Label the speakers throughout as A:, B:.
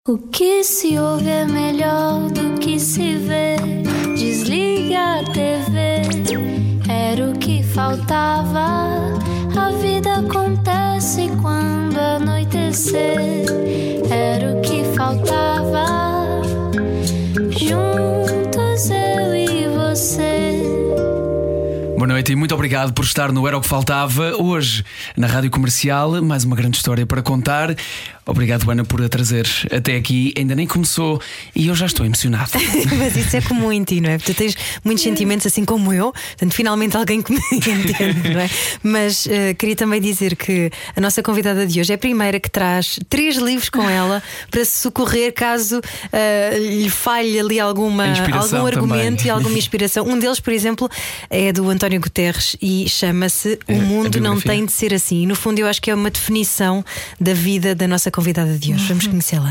A: O que se ouve é melhor do que se vê. Desliga a TV, era o que faltava. A vida acontece quando anoitecer, era o que faltava. Juntos eu e você.
B: Boa noite e muito obrigado por estar no Era o que Faltava. Hoje, na Rádio Comercial, mais uma grande história para contar. Obrigado, Ana, por a trazer até aqui. Ainda nem começou e eu já estou emocionado.
C: Mas isso é comum em ti, não é? Porque tu tens muitos sentimentos assim como eu. Portanto, finalmente alguém que me entende, não é? Mas queria também dizer que a nossa convidada de hoje é a primeira que traz 3 livros com ela para se socorrer caso lhe falhe ali algum argumento e alguma inspiração. Um deles, por exemplo, é do António Guterres e chama-se O Mundo Não Tem de Ser Assim. E no fundo eu acho que é uma definição da vida da nossa convidada de hoje. Vamos conhecê-la.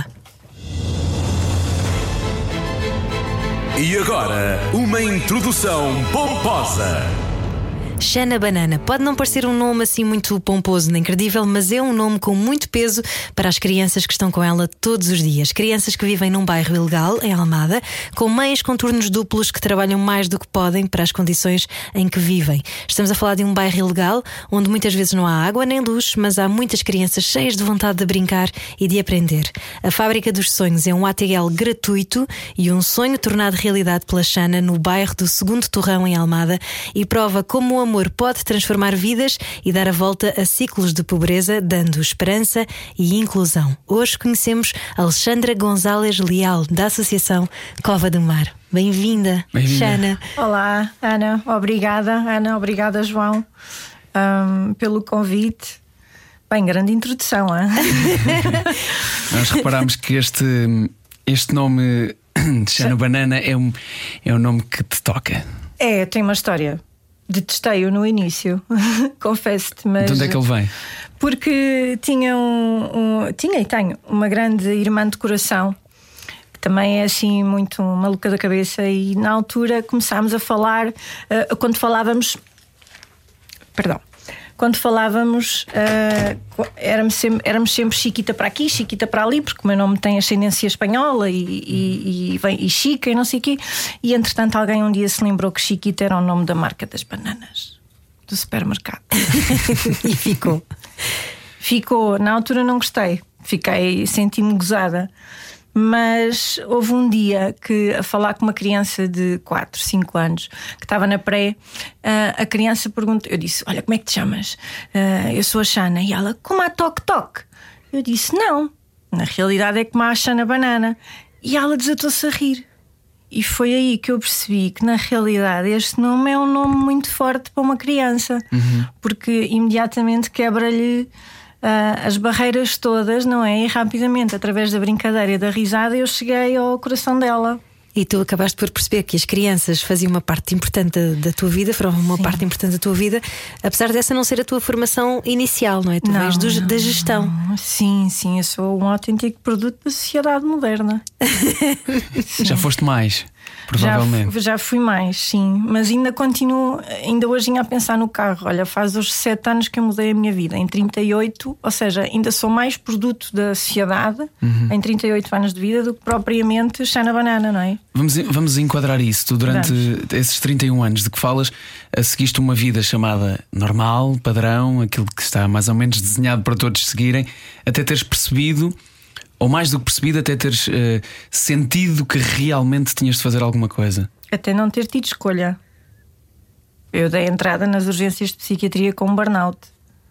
D: E agora, uma introdução pomposa.
C: Xana Banana pode não parecer um nome assim muito pomposo nem credível, mas é um nome com muito peso para as crianças que estão com ela todos os dias. Crianças que vivem num bairro ilegal, em Almada, com meios com turnos duplos, que trabalham mais do que podem para as condições em que vivem. Estamos a falar de um bairro ilegal onde muitas vezes não há água nem luz, mas há muitas crianças cheias de vontade de brincar e de aprender. A Fábrica dos Sonhos é um ATL gratuito e um sonho tornado realidade pela Xana no bairro do Segundo Torrão, em Almada, e prova como o amor pode transformar vidas e dar a volta a ciclos de pobreza, dando esperança e inclusão. Hoje conhecemos Alexandra Gonzalez Leal, da Associação Cova do Mar. Bem-vinda, Xana.
E: Olá, Ana. Obrigada, João, pelo convite. Bem, grande introdução, hein?
B: Nós reparámos que este nome de Xana Banana é um nome que te toca.
E: Tem uma história. Detestei-o no início, confesso-te, mas...
B: De onde é que ele vem?
E: Porque tinha e tenho uma grande irmã de coração, que também é assim muito maluca da cabeça, e na altura começámos a falar, quando falávamos, éramos sempre Chiquita para aqui, Chiquita para ali, porque o meu nome tem ascendência espanhola e Chica e não sei o quê. E entretanto alguém um dia se lembrou que Chiquita era o nome da marca das bananas do supermercado.
C: E ficou. Na altura não gostei, senti-me gozada. Mas houve um dia que, a falar com uma criança de 4, 5 anos que estava na pré, a criança perguntou, eu disse: olha, como é que te chamas? Eu sou a Xana. E ela: como a toque-toque? Eu disse: não, na realidade é como a Xana Banana. E ela desatou-se a rir. E foi aí que eu percebi que na realidade este nome é um nome muito forte para uma criança, porque imediatamente quebra-lhe as barreiras todas, não é? E rapidamente, através da brincadeira e da risada, eu cheguei ao coração dela. E tu acabaste por perceber que as crianças faziam uma parte importante da tua vida, foram uma parte importante da tua vida, apesar dessa não ser a tua formação inicial, não é? Tu vens da gestão.
E: Sim, eu sou um autêntico produto da sociedade moderna.
B: Já foste mais, provavelmente.
E: Já fui mais, sim. Mas ainda continuo, ainda hoje a pensar no carro. Olha, faz hoje 7 anos que eu mudei a minha vida. Em 38, ou seja, ainda sou mais produto da sociedade em 38 anos de vida do que propriamente Xana Banana, não é?
B: Vamos enquadrar isso. Tu, durante esses 31 anos de que falas, seguiste uma vida chamada normal, padrão, aquilo que está mais ou menos desenhado para todos seguirem, até teres percebido, ou mais do que percebido, até teres sentido que realmente tinhas de fazer alguma coisa.
E: Até não ter tido escolha. Eu dei entrada nas urgências de psiquiatria com um burnout.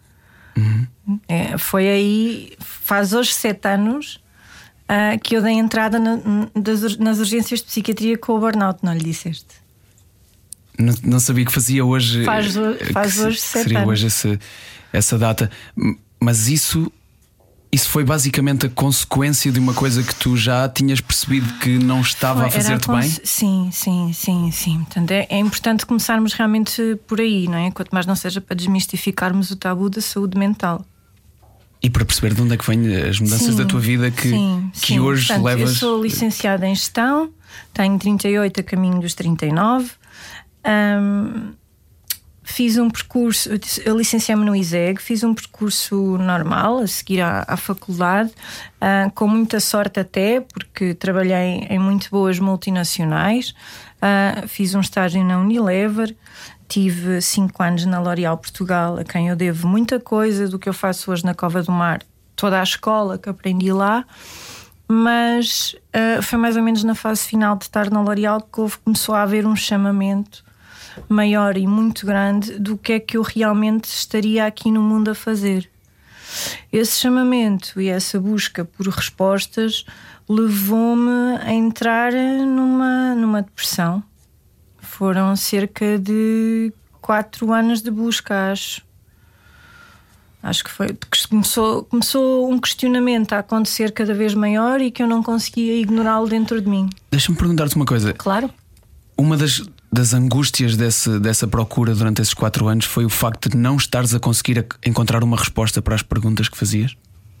E: Foi aí, faz hoje 7 anos que eu dei entrada nas urgências de psiquiatria com o burnout. Não lhe disseste?
B: Não sabia que fazia hoje.
E: Faz hoje 7
B: seria
E: anos.
B: Hoje essa data. Mas isso foi basicamente a consequência de uma coisa que tu já tinhas percebido que não estava a fazer-te bem?
E: Sim. Portanto, é importante começarmos realmente por aí, não é? Quanto mais não seja para desmistificarmos o tabu da saúde mental.
B: E para perceber de onde é que vêm as mudanças da tua vida que hoje
E: portanto,
B: levas.
E: Eu sou licenciada em gestão, tenho 38 a caminho dos 39.
C: fiz um percurso, eu licenciei-me no ISEG, fiz um percurso normal a seguir à faculdade, com muita sorte até, porque trabalhei em muito boas multinacionais. Fiz um estágio na Unilever, tive 5 anos na L'Oréal Portugal, a quem eu devo muita coisa do que eu faço hoje na Cova do Mar, toda a escola que aprendi lá. Mas foi mais ou menos na fase final de estar na L'Oréal que começou a haver um chamamento maior e muito grande do que é que eu realmente estaria aqui no mundo a fazer. Esse chamamento e essa busca por respostas levou-me a entrar numa depressão. Foram cerca de 4 anos de busca, acho que foi. Começou um questionamento a acontecer cada vez maior e que eu não conseguia ignorá-lo dentro de mim.
B: Deixa-me perguntar-te uma coisa.
C: Claro.
B: Uma das angústias dessa procura durante esses 4 anos foi o facto de não estares a conseguir encontrar uma resposta para as perguntas que fazias?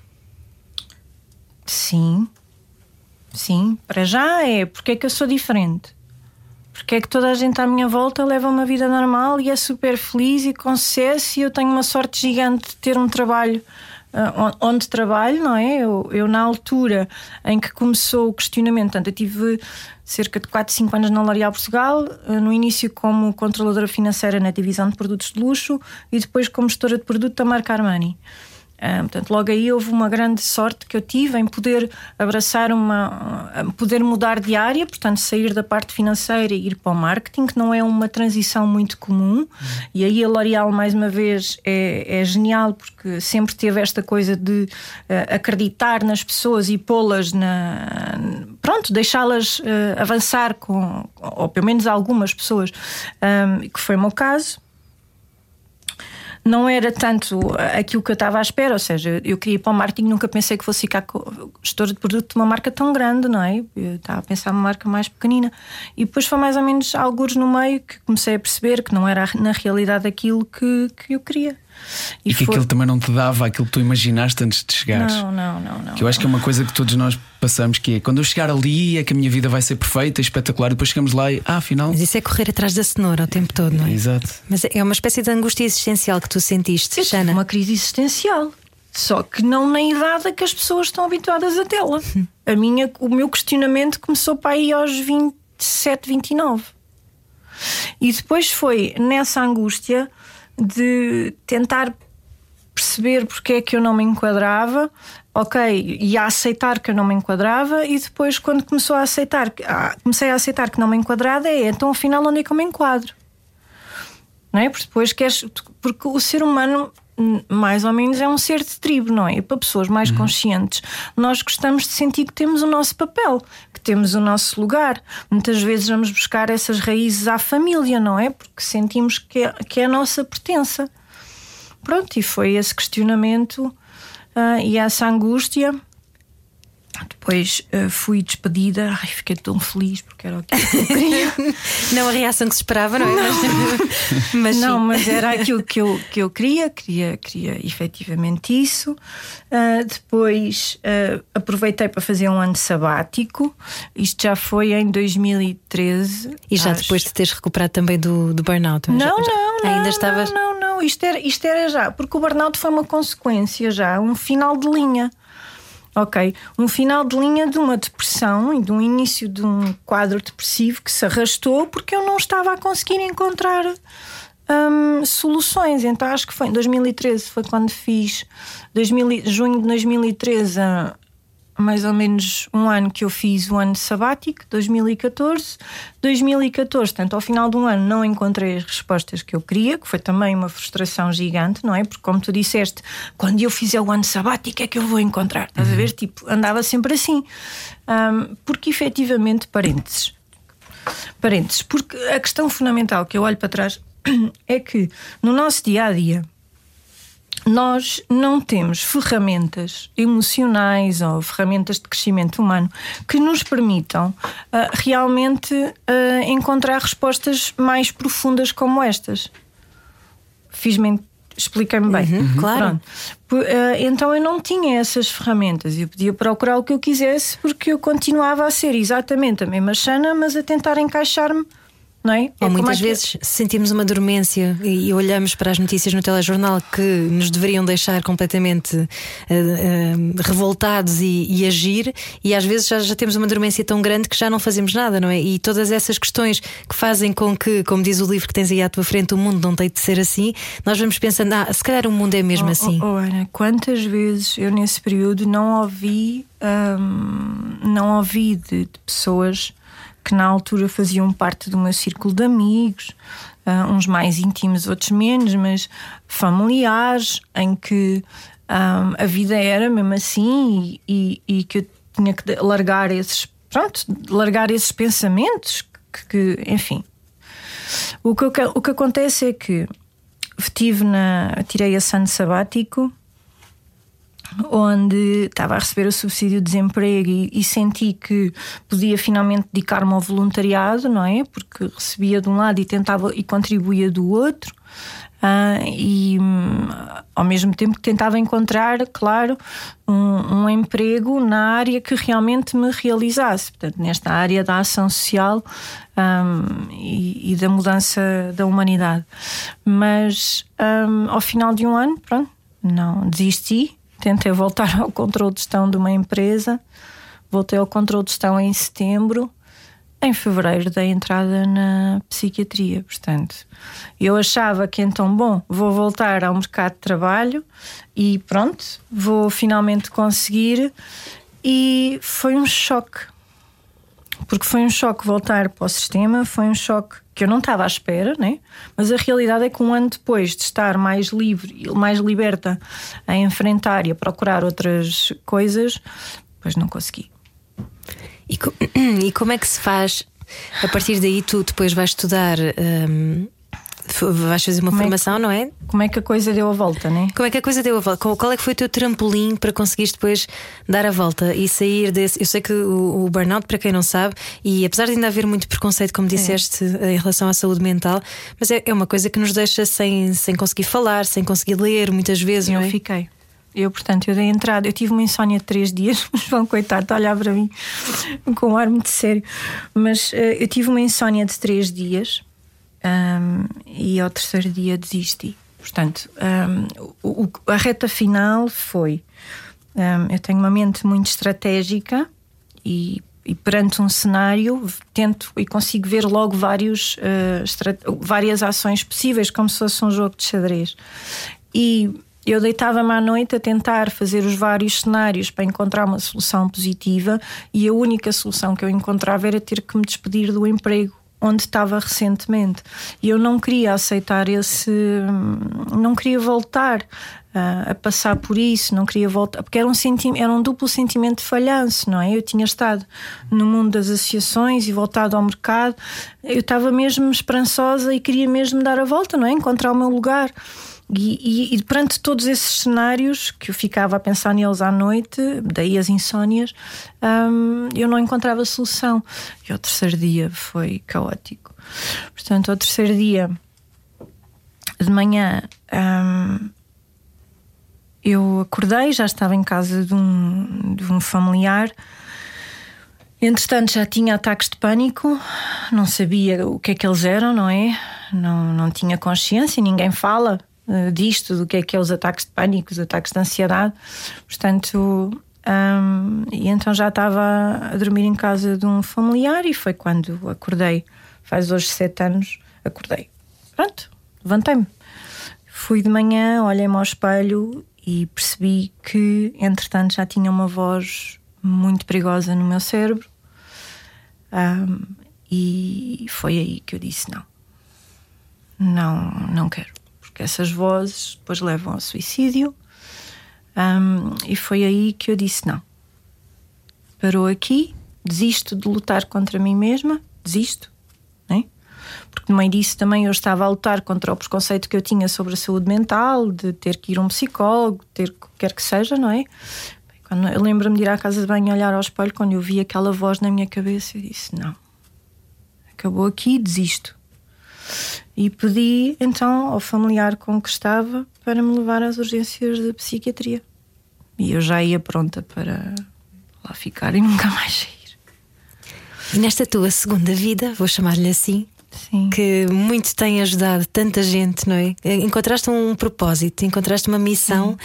C: Sim, para já é porque é que eu sou diferente, porque é que toda a gente à minha volta leva uma vida normal e é super feliz e com sucesso, e eu tenho uma sorte gigante de ter um trabalho onde trabalho, não é? Eu na altura em que começou o questionamento, portanto, eu tive cerca de 4, 5 anos na L'Oréal Portugal, no início como controladora financeira na divisão de produtos de luxo e depois como gestora de produto da marca Armani. Portanto, logo aí houve uma grande sorte que eu tive em poder abraçar poder mudar de área, portanto sair da parte financeira e ir para o marketing, que não é uma transição muito comum. E aí a L'Oréal mais uma vez é genial, porque sempre teve esta coisa de acreditar nas pessoas e pô-las deixá-las avançar ou pelo menos algumas pessoas, que foi o meu caso. Não era tanto aquilo que eu estava à espera, ou seja, eu queria ir para o marketing, nunca pensei que fosse ficar gestora de produto de uma marca tão grande, não é? Eu estava a pensar numa marca mais pequenina. E depois foi mais ou menos algures no meio que comecei a perceber que não era na realidade aquilo que eu queria.
B: E que aquilo também não te dava aquilo que tu imaginaste antes de chegares.
C: Não.
B: Que eu acho que é uma coisa que todos nós passamos, que é quando eu chegar ali é que a minha vida vai ser perfeita, espetacular, e depois chegamos lá e afinal.
F: Mas isso é correr atrás da cenoura o tempo todo, não é?
B: Exato.
F: Mas é uma espécie de angústia existencial que tu sentiste, Xana.
C: Uma crise existencial. Só que não na idade a que as pessoas estão habituadas a tê-la. O meu questionamento começou para aí aos 27, 29. E depois foi nessa angústia de tentar perceber porque é que eu não me enquadrava, e a aceitar que eu não me enquadrava, e depois quando comecei a aceitar que não me enquadrava, então afinal onde é que eu me enquadro? Não é? Porque depois porque o ser humano mais ou menos é um ser de tribo, não é? E para pessoas mais conscientes, nós gostamos de sentir que temos o nosso papel, que temos o nosso lugar. Muitas vezes vamos buscar essas raízes à família, não é? Porque sentimos que é a nossa pertença. Pronto, e foi esse questionamento e essa angústia. Depois fui despedida. Ai, fiquei tão feliz porque era o que eu queria.
F: Não a reação que se esperava, não é?
C: Mas era aquilo que eu queria efetivamente isso. Depois aproveitei para fazer um ano sabático. Isto já foi em 2013.
F: E já depois de teres recuperado também do burnout?
C: Não.
F: Ainda estavas.
C: Não. Isto era já, porque o burnout foi uma consequência já, um final de linha. Um final de linha de uma depressão e de um início de um quadro depressivo que se arrastou porque eu não estava a conseguir encontrar soluções. Então acho que foi em 2013, foi quando fiz junho de 2013, mais ou menos um ano que eu fiz o ano sabático, 2014, portanto ao final de um ano não encontrei as respostas que eu queria, que foi também uma frustração gigante, não é? Porque como tu disseste, quando eu fizer o ano sabático é que eu vou encontrar, estás a ver? Tipo, andava sempre assim, porque efetivamente, parênteses, porque a questão fundamental que eu olho para trás é que no nosso dia-a-dia nós não temos ferramentas emocionais ou ferramentas de crescimento humano que nos permitam realmente encontrar respostas mais profundas como estas. Expliquei-me bem.
F: Claro.
C: Então eu não tinha essas ferramentas. Eu podia procurar o que eu quisesse porque eu continuava a ser exatamente a mesma Xana, mas a tentar encaixar-me não é?
F: Ou muitas vezes sentimos uma dormência e olhamos para as notícias no telejornal que nos deveriam deixar completamente revoltados e agir, e às vezes já temos uma dormência tão grande que já não fazemos nada, não é? E todas essas questões que fazem com que, como diz o livro que tens aí à tua frente, o mundo não tem de ser assim, nós vamos pensando, se calhar o mundo é mesmo assim.
C: Ana, quantas vezes eu nesse período não ouvi de pessoas que na altura faziam parte do meu círculo de amigos, uns mais íntimos, outros menos, mas familiares, em que a vida era mesmo assim e que eu tinha que largar esses pensamentos que enfim. O que acontece é que tirei esse ano sabático, onde estava a receber o subsídio de desemprego e senti que podia finalmente dedicar-me ao voluntariado, não é? Porque recebia de um lado e tentava e contribuía do outro, e ao mesmo tempo tentava encontrar, claro, um emprego na área que realmente me realizasse, portanto, nesta área da ação social e da mudança da humanidade. Mas ao final de um ano, pronto, não desisti. Tentei voltar ao controle de gestão de uma empresa. Voltei ao controle de gestão em setembro. Em fevereiro dei entrada na psiquiatria. Portanto, eu achava que então, vou voltar ao mercado de trabalho e pronto, vou finalmente conseguir. E foi um choque. Porque foi um choque voltar para o sistema, foi um choque que eu não estava à espera, né? Mas a realidade é que um ano depois de estar mais livre e mais liberta a enfrentar e a procurar outras coisas, depois não consegui.
F: E como é que se faz? A partir daí tu depois vais estudar, vais fazer uma formação, não é?
C: Como é que a coisa deu a volta, né?
F: Como é que a coisa deu a volta? Qual é que foi o teu trampolim para conseguires depois dar a volta e sair desse? Eu sei que o burnout, para quem não sabe, e apesar de ainda haver muito preconceito, como disseste, em relação à saúde mental, mas é uma coisa que nos deixa sem conseguir falar, sem conseguir ler, muitas vezes, não é?
C: Portanto, eu dei entrada. Eu tive uma insónia de 3 dias. O João, coitado, está a olhar para mim com um ar muito sério. Mas eu tive uma insónia de 3 dias e ao terceiro dia desisti. Portanto, a reta final foi... eu tenho uma mente muito estratégica e perante um cenário tento e consigo ver logo várias ações possíveis, como se fosse um jogo de xadrez. E eu deitava-me à noite a tentar fazer os vários cenários para encontrar uma solução positiva, e a única solução que eu encontrava era ter que me despedir do emprego onde estava recentemente. E eu não queria aceitar não queria voltar a passar por isso, não queria voltar, porque era um duplo sentimento de falhanço, não é? Eu tinha estado no mundo das associações e voltado ao mercado, eu estava mesmo esperançosa e queria mesmo dar a volta, não é? Encontrar o meu lugar. E perante todos esses cenários que eu ficava a pensar neles à noite, daí as insónias, eu não encontrava solução. E ao terceiro dia foi caótico. Portanto, ao terceiro dia de manhã, eu acordei, já estava em casa de um familiar. Entretanto, já tinha ataques de pânico, não sabia o que é que eles eram, não é? Não tinha consciência, ninguém fala disto, do que é os ataques de pânico, os ataques de ansiedade. Portanto, e então já estava a dormir em casa de um familiar, e foi quando acordei, faz hoje 7 anos, acordei. Pronto, levantei-me. Fui de manhã, olhei-me ao espelho e percebi que, entretanto, já tinha uma voz muito perigosa no meu cérebro, e foi aí que eu disse não quero, porque essas vozes depois levam ao suicídio, e foi aí que eu disse não, parou aqui, desisto de lutar contra mim mesma, desisto, né? Porque no meio disso também eu estava a lutar contra o preconceito que eu tinha sobre a saúde mental, de ter que ir a um psicólogo, ter que quer que seja, não é? Quando eu lembro-me de ir à casa de banho e olhar ao espelho, quando eu vi aquela voz na minha cabeça, eu disse não, acabou aqui, desisto. E pedi então ao familiar com que estava para me levar às urgências da psiquiatria, e eu já ia pronta para lá ficar e nunca mais sair.
F: E nesta tua segunda vida, vou chamar-lhe assim,
C: Sim.
F: que muito tem ajudado tanta gente, não é? Encontraste um propósito, encontraste uma missão.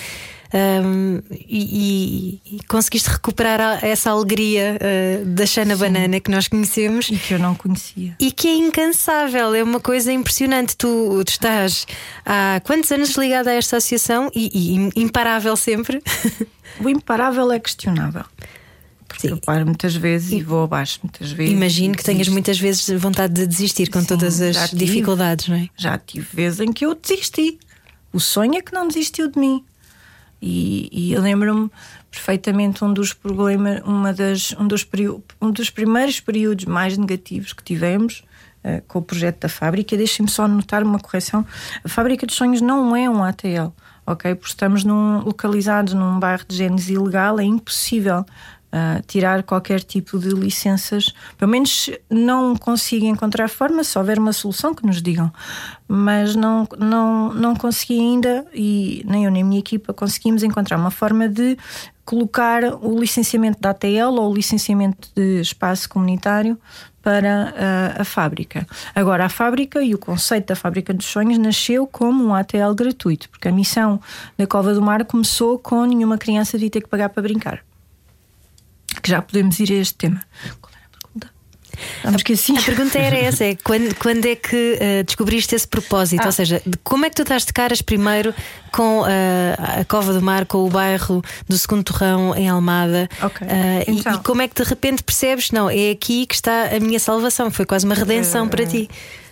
F: E conseguiste recuperar essa alegria da Xana Banana que nós conhecemos
C: e que eu não conhecia
F: e que é incansável, é uma coisa impressionante. Tu estás há quantos anos ligada a esta associação e imparável sempre?
C: O imparável é questionável. Porque eu paro muitas vezes e vou abaixo muitas vezes.
F: Imagino que tenhas muitas vezes vontade de desistir com todas as dificuldades, não é?
C: Já tive vezes em que eu desisti. O sonho é que não desistiu de mim. E eu lembro-me perfeitamente um dos problemas, um dos primeiros períodos mais negativos que tivemos com o projeto da fábrica. Deixem-me só notar uma correção: a Fábrica dos Sonhos não é um ATL, ok? Porque estamos localizados num bairro de gênese ilegal, é impossível tirar qualquer tipo de licenças. Pelo menos não consigo encontrar forma, se houver uma solução que nos digam, mas não consegui ainda, e nem eu nem a minha equipa conseguimos encontrar uma forma de colocar o licenciamento da ATL ou o licenciamento de espaço comunitário para a fábrica. Agora, a fábrica e o conceito da Fábrica dos Sonhos nasceu como um ATL gratuito, porque a missão da Cova do Mar começou com nenhuma criança de ter que pagar para brincar. Que já podemos ir a este tema. Qual era a pergunta?
F: A pergunta era essa: é quando é que descobriste esse propósito? Ou seja, como é que tu estás de caras primeiro com a Cova do Mar, com o bairro do Segundo Torrão em Almada?
C: Okay.
F: Então, e como é que de repente percebes, não, é aqui que está a minha salvação? Foi quase uma redenção para ti.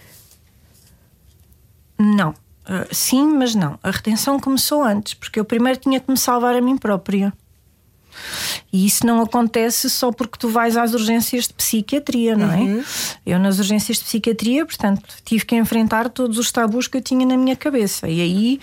C: Não. Sim, mas não. A redenção começou antes, porque eu primeiro tinha que me salvar a mim própria. E isso não acontece só porque tu vais às urgências de psiquiatria, não é? Eu nas urgências de psiquiatria, portanto, tive que enfrentar todos os tabus que eu tinha na minha cabeça. E aí,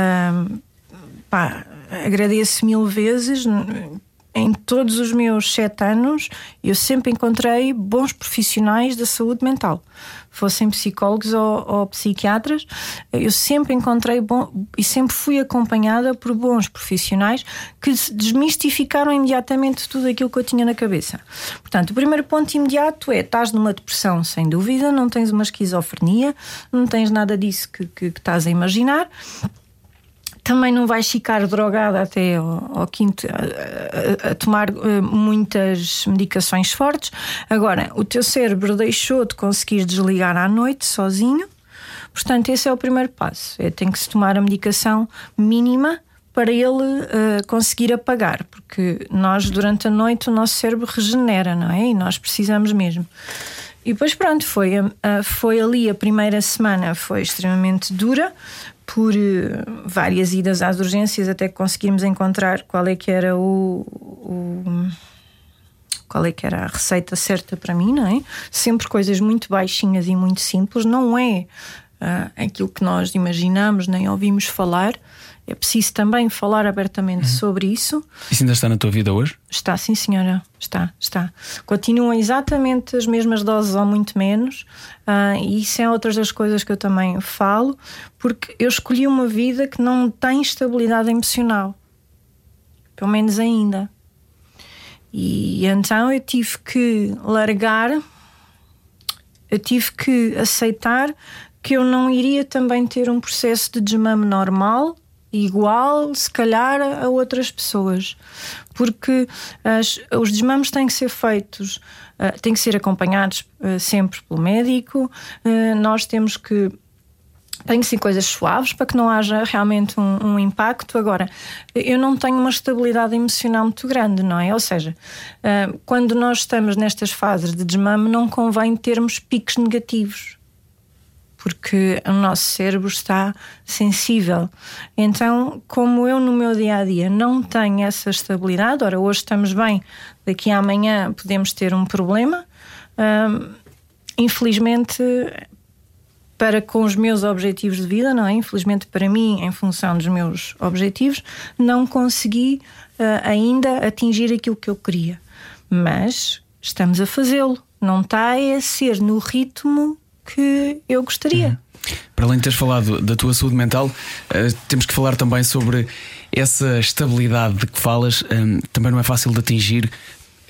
C: agradeço 1000 vezes. Em todos os meus 7 anos, eu sempre encontrei bons profissionais da saúde mental, fossem psicólogos ou psiquiatras. Eu sempre encontrei e sempre fui acompanhada por bons profissionais que desmistificaram imediatamente tudo aquilo que eu tinha na cabeça. Portanto, o primeiro ponto imediato é: estás numa depressão, sem dúvida, não tens uma esquizofrenia, não tens nada disso que estás a imaginar. Também não vais ficar drogada até ao quinto a tomar muitas medicações fortes. Agora, o teu cérebro deixou de conseguir desligar à noite sozinho. Portanto, esse é o primeiro passo. Tem que se tomar a medicação mínima para ele conseguir apagar. Porque nós, durante a noite, o nosso cérebro regenera, não é? E nós precisamos mesmo. E depois pronto, foi ali a primeira semana, foi extremamente dura, por várias idas às urgências até que conseguimos encontrar qual é que era qual é que era a receita certa para mim, não é? Sempre coisas muito baixinhas e muito simples, não é aquilo que nós imaginamos nem ouvimos falar. É preciso também falar abertamente sobre isso.
B: Isso ainda está na tua vida hoje?
C: Está, sim senhora, está. Continuam exatamente as mesmas doses ou muito menos, e isso é outras das coisas que eu também falo, porque eu escolhi uma vida que não tem estabilidade emocional, pelo menos ainda. E então eu tive que largar, eu tive que aceitar que eu não iria também ter um processo de desmame normal, igual, se calhar, a outras pessoas, porque os desmames têm que ser feitos, têm que ser acompanhados sempre pelo médico. Nós temos que tem que ser coisas suaves para que não haja realmente um impacto. Agora, eu não tenho uma estabilidade emocional muito grande, não é? Ou seja, quando nós estamos nestas fases de desmame, não convém termos picos negativos, porque o nosso cérebro está sensível. Então, como eu no meu dia-a-dia não tenho essa estabilidade, ora, hoje estamos bem, daqui a amanhã podemos ter um problema, infelizmente, para com os meus objetivos de vida, não é? Infelizmente para mim, em função dos meus objetivos, não consegui ainda atingir aquilo que eu queria. Mas estamos a fazê-lo. Não está a ser no ritmo que eu gostaria.
B: Para além de teres falado da tua saúde mental, temos que falar também sobre essa estabilidade de que falas. Também não é fácil de atingir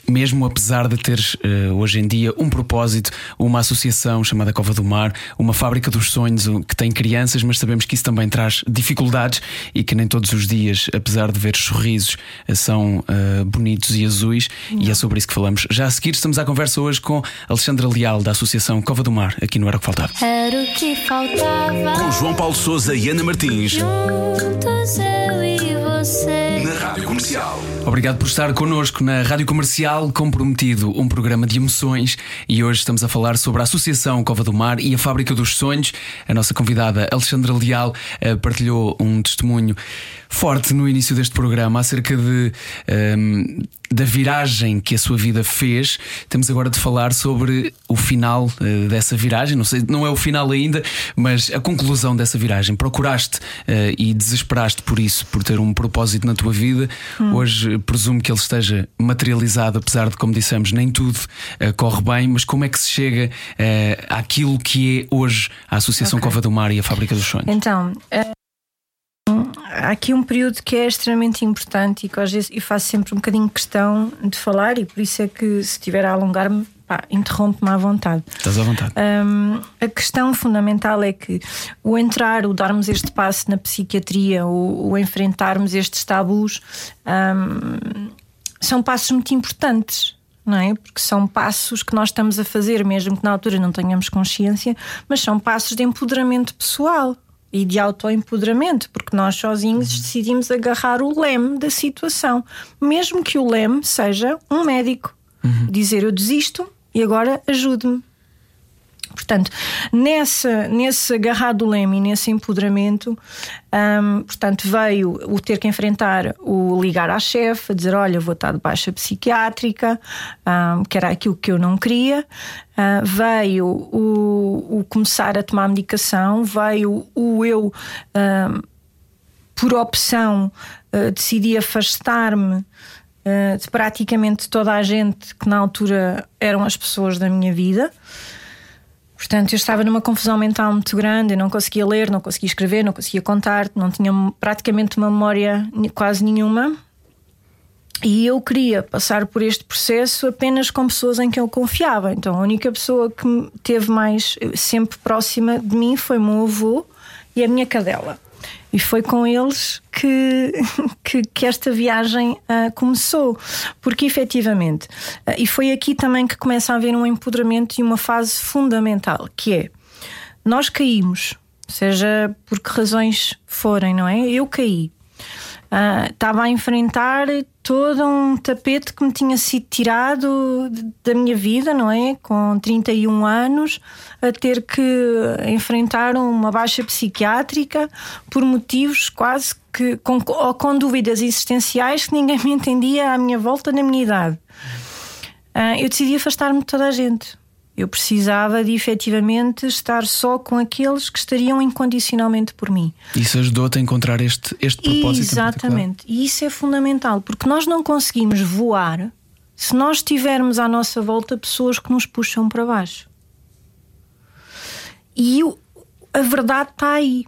B: mesmo apesar de teres hoje em dia um propósito, uma associação chamada Cova do Mar, uma fábrica dos sonhos que tem crianças, mas sabemos que isso também traz dificuldades e que nem todos os dias, apesar de ver sorrisos, são bonitos e azuis. E é sobre isso que falamos já a seguir. Estamos à conversa hoje com Alexandra Leal, da Associação Cova do Mar, aqui no Era o que Faltava.
A: Era o que faltava.
D: Com João Paulo Sousa e Ana Martins.
A: Juntos eu e você.
D: Na Rádio Comercial.
B: Obrigado por estar connosco na Rádio Comercial, Comprometido, um programa de emoções. E hoje estamos a falar sobre a Associação Cova do Mar e a Fábrica dos Sonhos. A nossa convidada Alexandra Leal partilhou um testemunho forte no início deste programa acerca da viragem que a sua vida fez. Temos agora de falar sobre o final dessa viragem. Não sei, não é o final ainda, mas a conclusão dessa viragem. Procuraste e desesperaste por isso, por ter um propósito na tua vida. Hoje presumo que ele esteja materializado, apesar de, como dissemos, nem tudo corre bem. Mas como é que se chega àquilo que é hoje a Associação Cova do Mar e a Fábrica dos Sonhos?
C: Então, há aqui um período que é extremamente importante e que às vezes eu faço sempre um bocadinho questão de falar, e por isso é que, se estiver a alongar-me, interrompe-me à vontade.
B: Estás à vontade.
C: A questão fundamental é que o darmos este passo na psiquiatria, o enfrentarmos estes tabus, são passos muito importantes. Não é? Porque são passos que nós estamos a fazer, mesmo que na altura não tenhamos consciência, mas são passos de empoderamento pessoal e de autoempoderamento, porque nós sozinhos decidimos agarrar o leme da situação, mesmo que o leme seja um médico, dizer eu desisto e agora ajude-me. Portanto, nesse agarrar do leme e nesse empoderamento, portanto, veio o ter que enfrentar o ligar à chefe, a dizer, olha, vou estar de baixa psiquiátrica, que era aquilo que eu não queria. Veio o começar a tomar medicação, veio o eu, por opção, decidi afastar-me de praticamente toda a gente que na altura eram as pessoas da minha vida. Portanto, eu estava numa confusão mental muito grande, eu não conseguia ler, não conseguia escrever, não conseguia contar, não tinha praticamente uma memória quase nenhuma. E eu queria passar por este processo apenas com pessoas em quem eu confiava. Então, a única pessoa que me teve mais sempre próxima de mim foi o meu avô e a minha cadela. E foi com eles que esta viagem começou. Porque efetivamente, e foi aqui também que começa a haver um empoderamento e uma fase fundamental, que é, nós caímos, seja por que razões forem, não é? Eu caí. Estava a enfrentar todo um tapete que me tinha sido tirado da minha vida, não é? Com 31 anos, a ter que enfrentar uma baixa psiquiátrica por motivos quase que com dúvidas existenciais que ninguém me entendia à minha volta, na minha idade. Eu decidi afastar-me de toda a gente. Eu precisava de efetivamente estar só com aqueles que estariam incondicionalmente por mim.
B: Isso ajudou-te a encontrar este propósito?
C: Exatamente, e isso é fundamental, porque nós não conseguimos voar se nós tivermos à nossa volta pessoas que nos puxam para baixo. E a verdade está aí.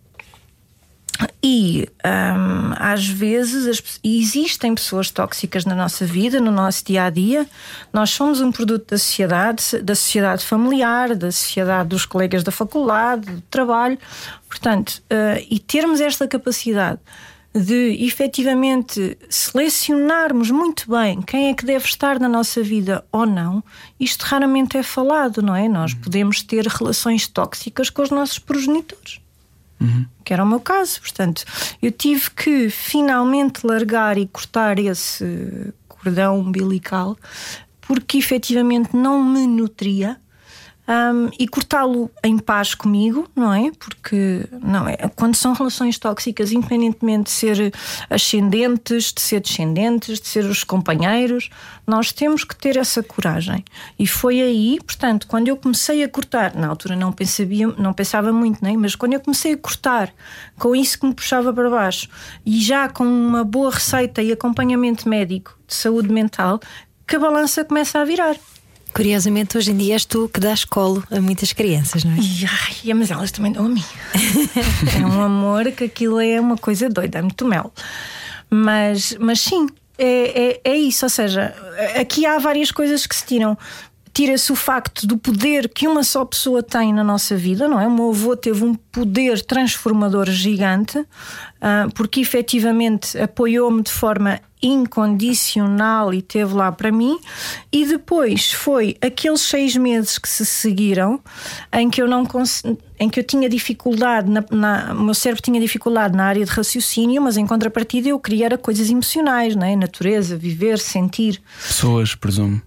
C: E às vezes existem pessoas tóxicas na nossa vida, no nosso dia-a-dia. Nós somos um produto da sociedade familiar, da sociedade dos colegas da faculdade, do trabalho. Portanto, e termos esta capacidade de efetivamente selecionarmos muito bem quem é que deve estar na nossa vida ou não, isto raramente é falado, não é? Nós podemos ter relações tóxicas com os nossos progenitores. Que era o meu caso. Portanto, eu tive que finalmente largar e cortar esse cordão umbilical, porque efetivamente não me nutria, e cortá-lo em paz comigo, não é? Porque não é, quando são relações tóxicas, independentemente de ser ascendentes, de ser descendentes, de ser os companheiros, nós temos que ter essa coragem. E foi aí, portanto, quando eu comecei a cortar, na altura não pensava muito, não é? Mas quando eu comecei a cortar com isso que me puxava para baixo, e já com uma boa receita e acompanhamento médico de saúde mental, que a balança começa a virar.
F: Curiosamente, hoje em dia és tu que dás colo a muitas crianças, não é?
C: Mas elas também dão a mim. É um amor que aquilo é uma coisa doida, é muito mel. Mas sim, é isso, ou seja, aqui há várias coisas que se tiram. Tira-se o facto do poder que uma só pessoa tem na nossa vida, não é? O meu avô teve um poder transformador gigante, porque efetivamente apoiou-me de forma incondicional e esteve lá para mim. E depois foi aqueles 6 meses que se seguiram em que eu não em que eu tinha dificuldade, o meu cérebro tinha dificuldade na área de raciocínio, mas em contrapartida eu queria era coisas emocionais, não é? Natureza, viver, sentir.
B: Pessoas, presumo.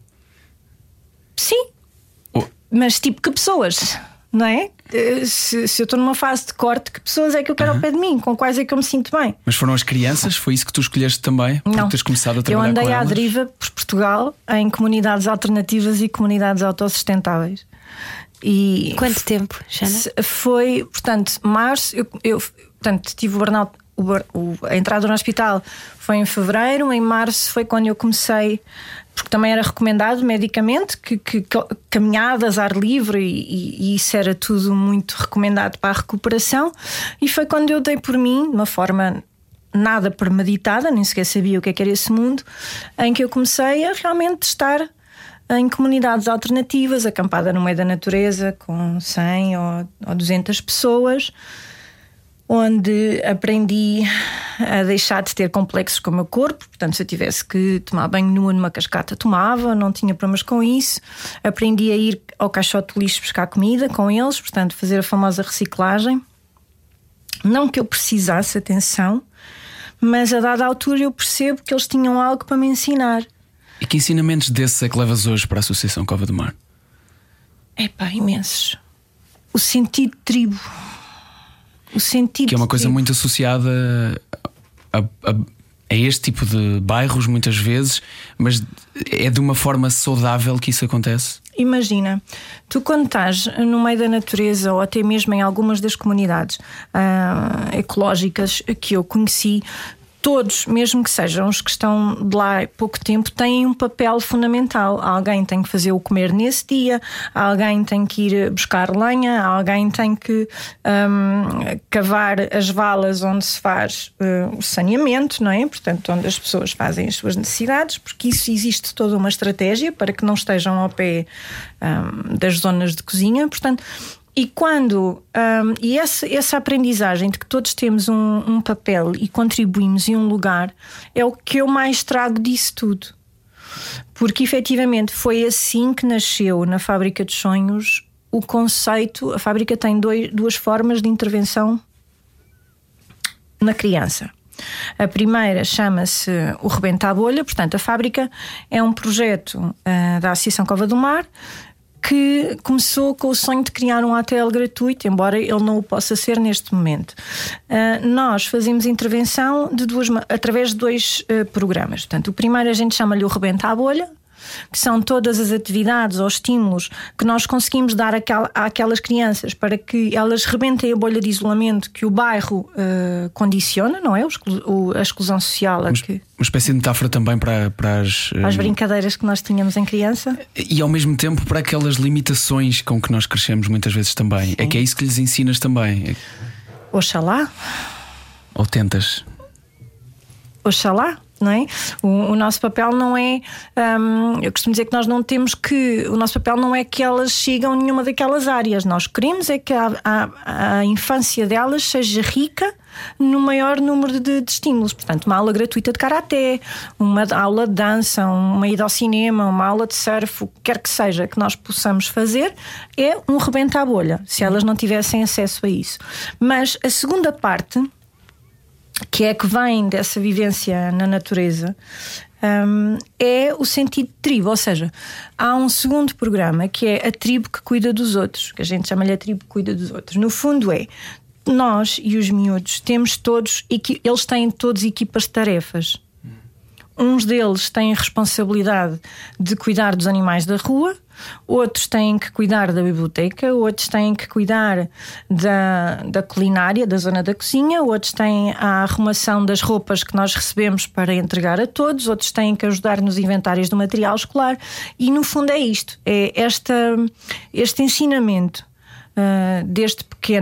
C: Sim, mas tipo que pessoas, não é? Se eu estou numa fase de corte, que pessoas é que eu quero ao pé de mim? Com quais é que eu me sinto bem?
B: Mas foram as crianças? Foi isso que tu escolheste também? Porque
C: não,
B: teres começado a trabalhar
C: eu andei
B: com
C: à
B: elas?
C: deriva por Portugal em comunidades alternativas e comunidades autossustentáveis. E
F: quanto tempo, Xana?
C: Foi, portanto, março. Eu tive o burnout. A entrada no hospital foi em fevereiro. Em março foi quando eu comecei, porque também era recomendado medicamente que caminhadas, ar livre, e isso era tudo muito recomendado para a recuperação. E foi quando eu dei por mim, de uma forma nada premeditada, nem sequer sabia o que era esse mundo, em que eu comecei a realmente estar em comunidades alternativas, acampada no meio da natureza, com 100 ou 200 pessoas, onde aprendi a deixar de ter complexos com o meu corpo. Portanto, se eu tivesse que tomar banho nua numa cascata, tomava, não tinha problemas com isso. Aprendi a ir ao caixote de lixo buscar comida com eles, portanto, fazer a famosa reciclagem. Não que eu precisasse, atenção, mas a dada altura eu percebo que eles tinham algo para me ensinar.
B: E que ensinamentos desses é que levas hoje para a Associação Cova do Mar?
C: Imensos. O sentido de tribo. O sentido
B: que é uma coisa muito associada a este tipo de bairros, muitas vezes, mas é de uma forma saudável que isso acontece?
C: Imagina, tu quando estás no meio da natureza, ou até mesmo em algumas das comunidades ecológicas que eu conheci, todos, mesmo que sejam os que estão de lá há pouco tempo, têm um papel fundamental. Alguém tem que fazer o comer nesse dia, alguém tem que ir buscar lenha, alguém tem que cavar as valas onde se faz o saneamento, não é? Portanto, onde as pessoas fazem as suas necessidades, porque isso existe toda uma estratégia para que não estejam ao pé das zonas de cozinha. Portanto, e quando essa aprendizagem de que todos temos um papel e contribuímos em um lugar é o que eu mais trago disso tudo, porque efetivamente foi assim que nasceu na Fábrica dos Sonhos o conceito. A fábrica tem duas formas de intervenção na criança. A primeira chama-se o Rebenta a Bolha. Portanto, a fábrica é um projeto da Associação Cova do Mar, que começou com o sonho de criar um ATL gratuito, embora ele não o possa ser neste momento. Nós fazemos intervenção através de 2 programas. Portanto, o primeiro a gente chama-lhe o Rebenta a Bolha, que são todas as atividades ou estímulos que nós conseguimos dar àquelas crianças para que elas rebentem a bolha de isolamento que o bairro condiciona, não é? A exclusão social.
B: Uma espécie de metáfora também para
C: as brincadeiras que nós tínhamos em criança.
B: E ao mesmo tempo para aquelas limitações com que nós crescemos muitas vezes também. Sim. É que é isso que lhes ensinas também.
C: Oxalá.
B: Ou tentas?
C: Oxalá. Não é? O nosso papel não é. Eu costumo dizer que nós não temos que. O nosso papel não é que elas sigam nenhuma daquelas áreas. Nós queremos é que a infância delas seja rica no maior número de estímulos. Portanto, uma aula gratuita de karaté, uma aula de dança, uma ida ao cinema, uma aula de surf, o que quer que seja que nós possamos fazer, é um rebenta à bolha, se elas não tivessem acesso a isso. Mas a segunda parte, que é que vem dessa vivência na natureza, é o sentido de tribo. Ou seja, há um segundo programa que é a tribo que cuida dos outros, que a gente chama-lhe a tribo que cuida dos outros. No fundo é, nós e os miúdos temos todos, eles têm todos equipas de tarefas. Uns deles têm a responsabilidade de cuidar dos animais da rua, outros têm que cuidar da biblioteca, outros têm que cuidar da culinária, da zona da cozinha, outros têm a arrumação das roupas que nós recebemos para entregar a todos, outros têm que ajudar nos inventários do material escolar. E no fundo é isto, é este ensinamento desde pequenos, porque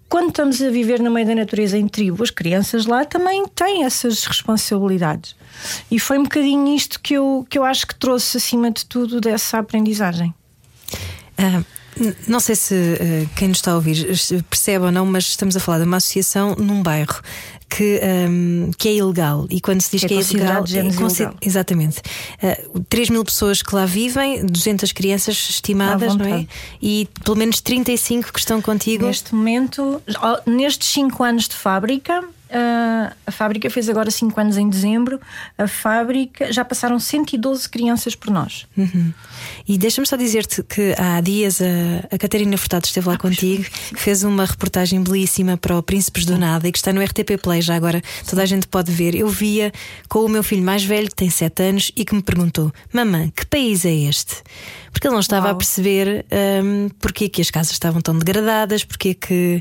C: quando estamos a viver no meio da natureza em tribo, as crianças lá também têm essas responsabilidades. E foi um bocadinho isto que eu acho que trouxe, acima de tudo, dessa aprendizagem.
F: Não sei se quem nos está a ouvir percebe ou não, mas estamos a falar de uma associação num bairro que é ilegal. E quando se diz que é ilegal, exatamente, 3.000 pessoas que lá vivem, 200 crianças estimadas, não é? E pelo menos 35 que estão contigo.
C: Neste momento, nestes 5 anos de fábrica, a fábrica fez agora 5 anos em dezembro. A fábrica já passaram 112 crianças por nós.
F: E deixa-me só dizer-te que há dias a Catarina Furtado esteve lá contigo, fez uma reportagem belíssima para o Príncipes do Nada e que está no RTP Play, já agora toda a gente pode ver. Eu via com o meu filho mais velho, que tem 7 anos, e que me perguntou: mamãe, que país é este? Porque ele não estava a perceber porque que as casas estavam tão degradadas, porque que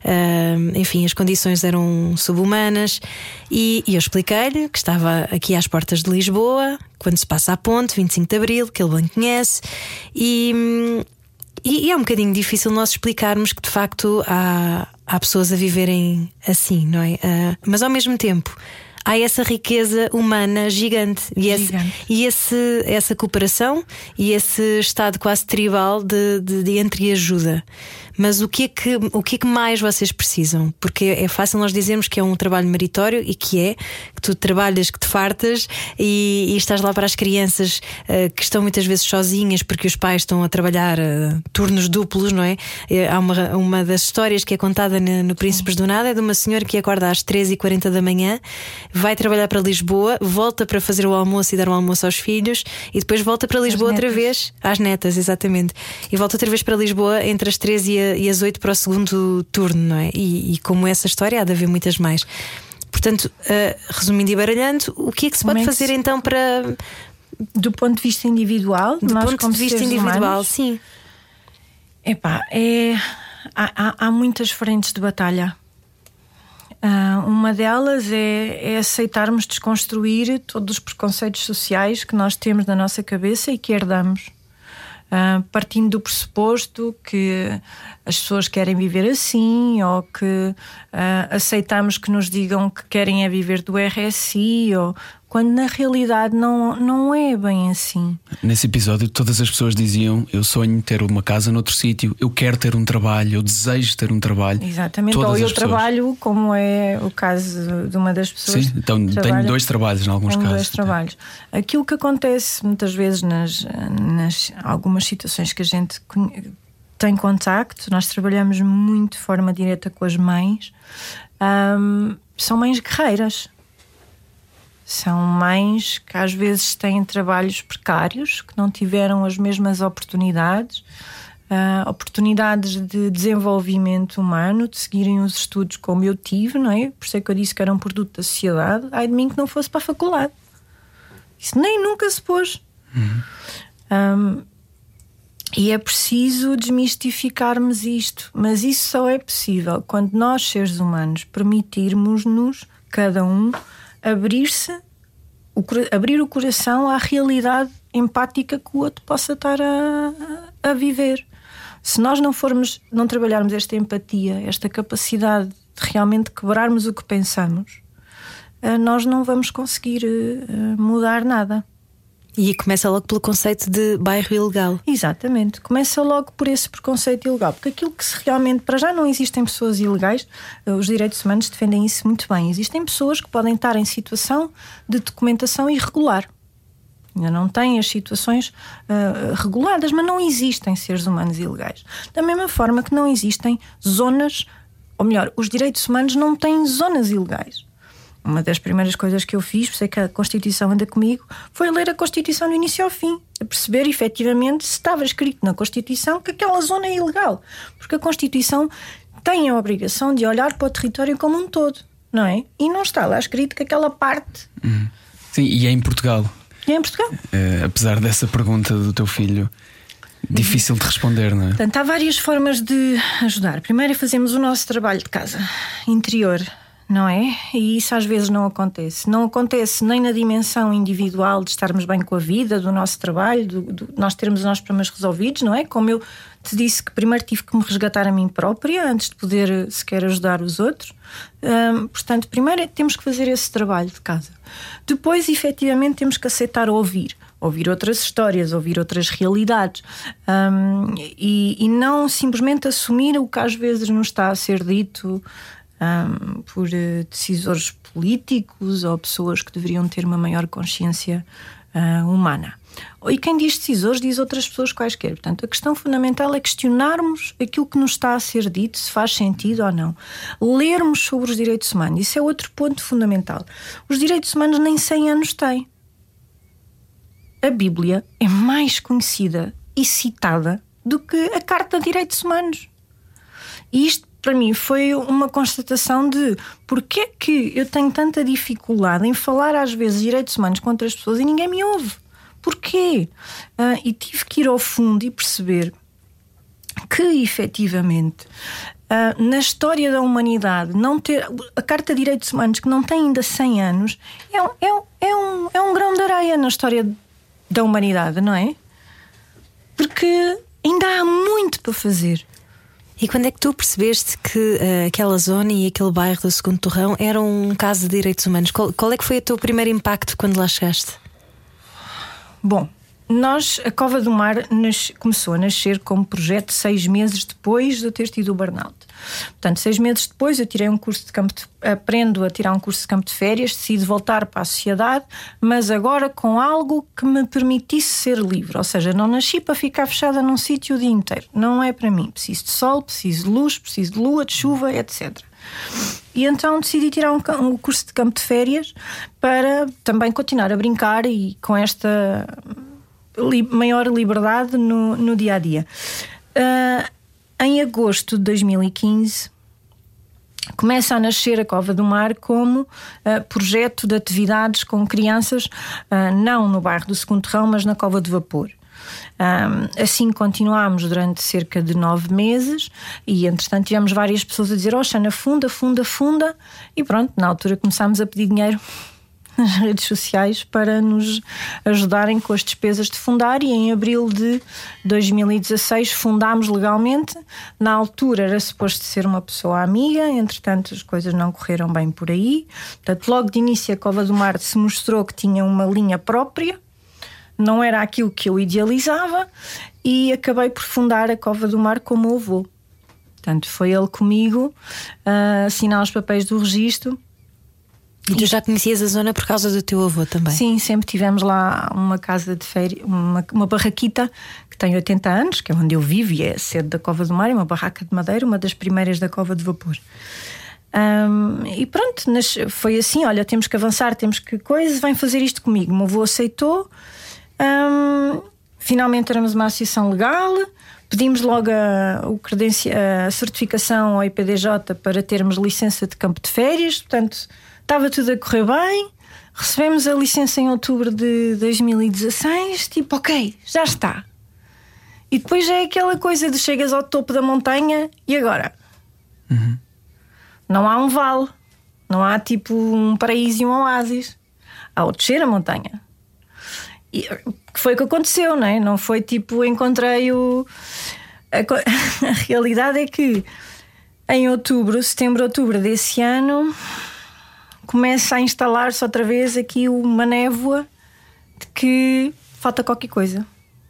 F: enfim, as condições eram subhumanas. E eu expliquei-lhe que estava aqui às portas de Lisboa, quando se passa a ponte, 25 de Abril, que ele bem conhece. E é um bocadinho difícil nós explicarmos que de facto há pessoas a viverem assim, não é? Mas ao mesmo tempo há essa riqueza humana gigante. E essa cooperação e esse estado quase tribal de entreajuda. Mas o que é que mais vocês precisam? Porque é fácil nós dizermos que é um trabalho meritório, e que tu trabalhas, que te fartas e estás lá para as crianças que estão muitas vezes sozinhas porque os pais estão a trabalhar turnos duplos, não é? Há uma das histórias que é contada no Príncipes do Nada, é de uma senhora que acorda às 3h40 da manhã, vai trabalhar para Lisboa, volta para fazer o almoço e dar o almoço aos filhos, e depois volta para Lisboa outra vez, às netas, exatamente, e volta outra vez para Lisboa entre as 3 e as 8 para o segundo turno, não é? E como essa história, há de haver muitas mais. Portanto, resumindo e baralhando, o que é que se pode fazer então para...
C: Do ponto de vista individual?
F: Do ponto de vista individual, humanos, sim.
C: Há muitas frentes de batalha. Uma delas é aceitarmos desconstruir todos os preconceitos sociais que nós temos na nossa cabeça e que herdamos. Partindo do pressuposto que as pessoas querem viver assim, ou que aceitamos que nos digam que querem viver do RSI, quando na realidade não é bem assim.
B: Nesse episódio todas as pessoas diziam: eu sonho ter uma casa noutro sítio, eu quero ter um trabalho, eu desejo ter um trabalho.
C: Exatamente, ou eu trabalho, como é o caso de uma das pessoas.
B: Sim, então tenho 2 trabalhos em alguns casos.
C: 2 trabalhos. Aquilo que acontece muitas vezes nas algumas situações que a gente tem contacto, nós trabalhamos muito de forma direta com as mães, são mães guerreiras. São mães que às vezes têm trabalhos precários, que não tiveram as mesmas oportunidades de desenvolvimento humano, de seguirem os estudos como eu tive, não é? Por isso é que eu disse que era um produto da sociedade. Ai de mim que não fosse para a faculdade. Isso nem nunca se pôs. E é preciso desmistificarmos isto, mas isso só é possível quando nós, seres humanos, permitirmos-nos, cada um, abrir o coração à realidade empática que o outro possa estar a viver. Se nós não trabalharmos esta empatia, esta capacidade de realmente quebrarmos o que pensamos, nós não vamos conseguir mudar nada.
F: E começa logo pelo conceito de bairro ilegal.
C: Exatamente, começa logo por esse preconceito ilegal, porque aquilo que realmente, para já não existem pessoas ilegais, os direitos humanos defendem isso muito bem. Existem pessoas que podem estar em situação de documentação irregular, ainda não têm as situações reguladas, mas não existem seres humanos ilegais. Da mesma forma que não existem zonas, ou melhor, os direitos humanos não têm zonas ilegais. Uma das primeiras coisas que eu fiz, por isso é que a Constituição anda comigo, foi ler a Constituição do início ao fim, a perceber efetivamente se estava escrito na Constituição que aquela zona é ilegal, porque a Constituição tem a obrigação de olhar para o território como um todo, não é? E não está lá escrito que aquela parte...
B: Sim, e é em Portugal. Apesar dessa pergunta do teu filho, difícil de responder, não é?
C: Portanto, há várias formas de ajudar. Primeiro é fazermos o nosso trabalho de casa interior, não é? E isso às vezes não acontece. Não acontece nem na dimensão individual de estarmos bem com a vida, do nosso trabalho, de nós termos os nossos problemas resolvidos, não é? Como eu te disse que primeiro tive que me resgatar a mim própria antes de poder sequer ajudar os outros. Portanto, primeiro temos que fazer esse trabalho de casa. Depois, efetivamente, temos que aceitar ouvir outras histórias, ouvir outras realidades, e não simplesmente assumir o que às vezes nos está a ser dito por decisores políticos ou pessoas que deveriam ter uma maior consciência humana. E quem diz decisores diz outras pessoas quaisquer. Portanto, a questão fundamental é questionarmos aquilo que nos está a ser dito, se faz sentido ou não. Lermos sobre os direitos humanos, isso é outro ponto fundamental. Os direitos humanos nem 100 anos têm. A Bíblia é mais conhecida e citada do que a Carta de Direitos Humanos. E isto, para mim, foi uma constatação de porque é que eu tenho tanta dificuldade em falar às vezes direitos humanos com outras pessoas e ninguém me ouve. Porquê? E tive que ir ao fundo e perceber que, efetivamente, na história da humanidade, não ter a Carta de Direitos Humanos, que não tem ainda 100 anos, é um grão de areia na história da humanidade, não é? Porque ainda há muito para fazer.
F: E quando é que tu percebeste que aquela zona e aquele bairro do Segundo Torrão eram um caso de direitos humanos? Qual é que foi o teu primeiro impacto quando lá chegaste?
C: Bom, a Cova do Mar começou a nascer como projeto 6 meses depois de eu ter tido o burnout. Portanto, 6 meses depois eu tirei um curso de aprendo a tirar um curso de campo de férias, decido voltar para a sociedade, mas agora com algo que me permitisse ser livre. Ou seja, não nasci para ficar fechada num sítio o dia inteiro. Não é para mim. Preciso de sol, preciso de luz, preciso de lua, de chuva, etc. E então decidi tirar um curso de campo de férias para também continuar a brincar e com esta maior liberdade no dia a dia. Em agosto de 2015 começa a nascer a Cova do Mar como projeto de atividades com crianças, não no bairro do Segundo Torrão, mas na Cova de Vapor. Assim continuámos durante cerca de 9 meses e entretanto tivemos várias pessoas a dizer: Xana, funda, e pronto, na altura começámos a pedir dinheiro nas redes sociais para nos ajudarem com as despesas de fundar, e em abril de 2016 fundámos legalmente. Na altura era suposto ser uma pessoa amiga, entretanto as coisas não correram bem por aí. Portanto, logo de início a Cova do Mar se mostrou que tinha uma linha própria, não era aquilo que eu idealizava, e acabei por fundar a Cova do Mar com o meu avô. Portanto, foi ele comigo a assinar os papéis do registro.
F: E tu já conhecias a zona por causa do teu avô também?
C: Sim, sempre tivemos lá uma casa de férias, uma barraquita que tem 80 anos, que é onde eu vivo, e é a sede da Cova do Mar, é uma barraca de madeira, uma das primeiras da Cova de Vapor. E pronto, foi assim: olha, temos que avançar, temos que vem fazer isto comigo. O meu avô aceitou. Finalmente éramos uma associação legal, pedimos logo a certificação ao IPDJ para termos licença de campo de férias. Portanto, estava tudo a correr bem. Recebemos a licença em outubro de 2016. Tipo, ok, já está. E depois é aquela coisa de chegas ao topo da montanha e agora?
B: Uhum.
C: Não há um vale, não há tipo um paraíso e um oásis. Há o descer a montanha. E foi o que aconteceu, não é? Não foi tipo, encontrei a realidade é que em setembro, outubro desse ano, começa a instalar-se outra vez aqui uma névoa de que falta qualquer coisa.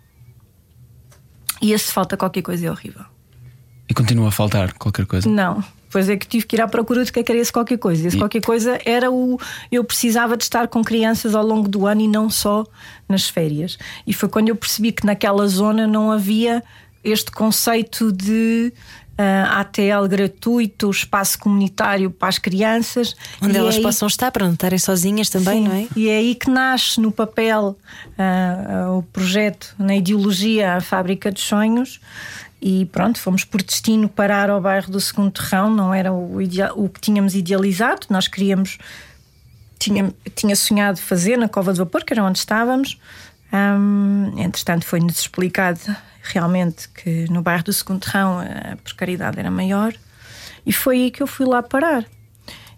C: E esse falta qualquer coisa é horrível.
B: E continua a faltar qualquer coisa?
C: Não. Pois é que tive que ir à procura de que era esse qualquer coisa. Esse qualquer coisa era eu precisava de estar com crianças ao longo do ano e não só nas férias. E foi quando eu percebi que naquela zona não havia este conceito de ATL gratuito, espaço comunitário para as crianças,
F: onde elas possam estar para não estarem sozinhas também. Sim, não é?
C: E é aí que nasce no papel o projeto, na ideologia, a Fábrica dos Sonhos. E pronto, fomos por destino parar ao bairro do Segundo Torrão. Não era o que tínhamos idealizado. Nós queríamos, tinha sonhado fazer na Cova de Vapor, que era onde estávamos. Entretanto foi-nos explicado realmente que no bairro do Segundo Torrão a precariedade era maior, e foi aí que eu fui lá parar.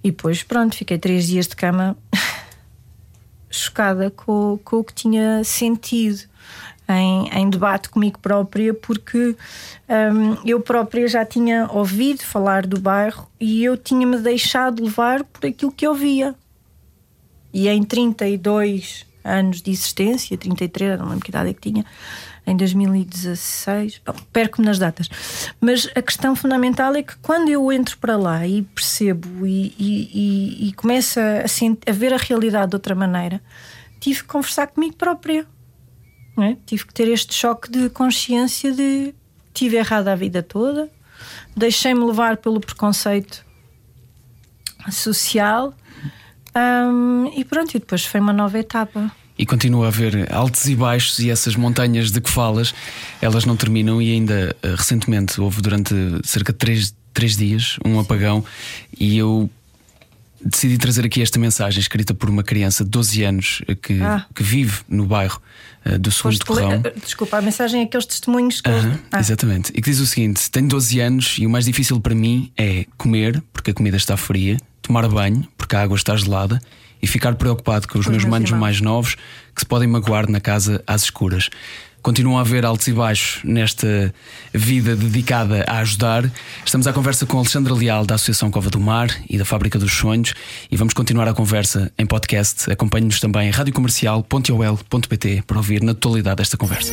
C: E depois, pronto, fiquei 3 dias de cama chocada com o que tinha sentido em debate comigo própria, porque eu própria já tinha ouvido falar do bairro e eu tinha-me deixado levar por aquilo que eu via. E em 32 anos de existência, 33, não lembro que idade é que tinha, em 2016, perco-me nas datas, mas a questão fundamental é que quando eu entro para lá e percebo e começo a ver a realidade de outra maneira, tive que conversar comigo própria, não é? Tive que ter este choque de consciência de tive errado a vida toda, deixei-me levar pelo preconceito social, e pronto, e depois foi uma nova etapa.
B: E continua a haver altos e baixos, e essas montanhas de que falas, elas não terminam. E ainda recentemente houve, durante cerca de 3 dias, um apagão. E eu decidi trazer aqui esta mensagem escrita por uma criança de 12 anos que vive no bairro do Segundo Torrão.
C: Desculpa, a mensagem é aqueles testemunhos que
B: exatamente. E que diz o seguinte: tenho 12 anos e o mais difícil para mim é comer, porque a comida está fria, tomar banho, porque a água está gelada, e ficar preocupado com os meus manos mais novos que se podem magoar na casa às escuras. Continuam a haver altos e baixos nesta vida dedicada a ajudar. Estamos à conversa com Alexandra Leal, da Associação Cova do Mar e da Fábrica dos Sonhos, e vamos continuar a conversa em podcast. Acompanhe-nos também em radiocomercial.ol.pt para ouvir na totalidade esta conversa.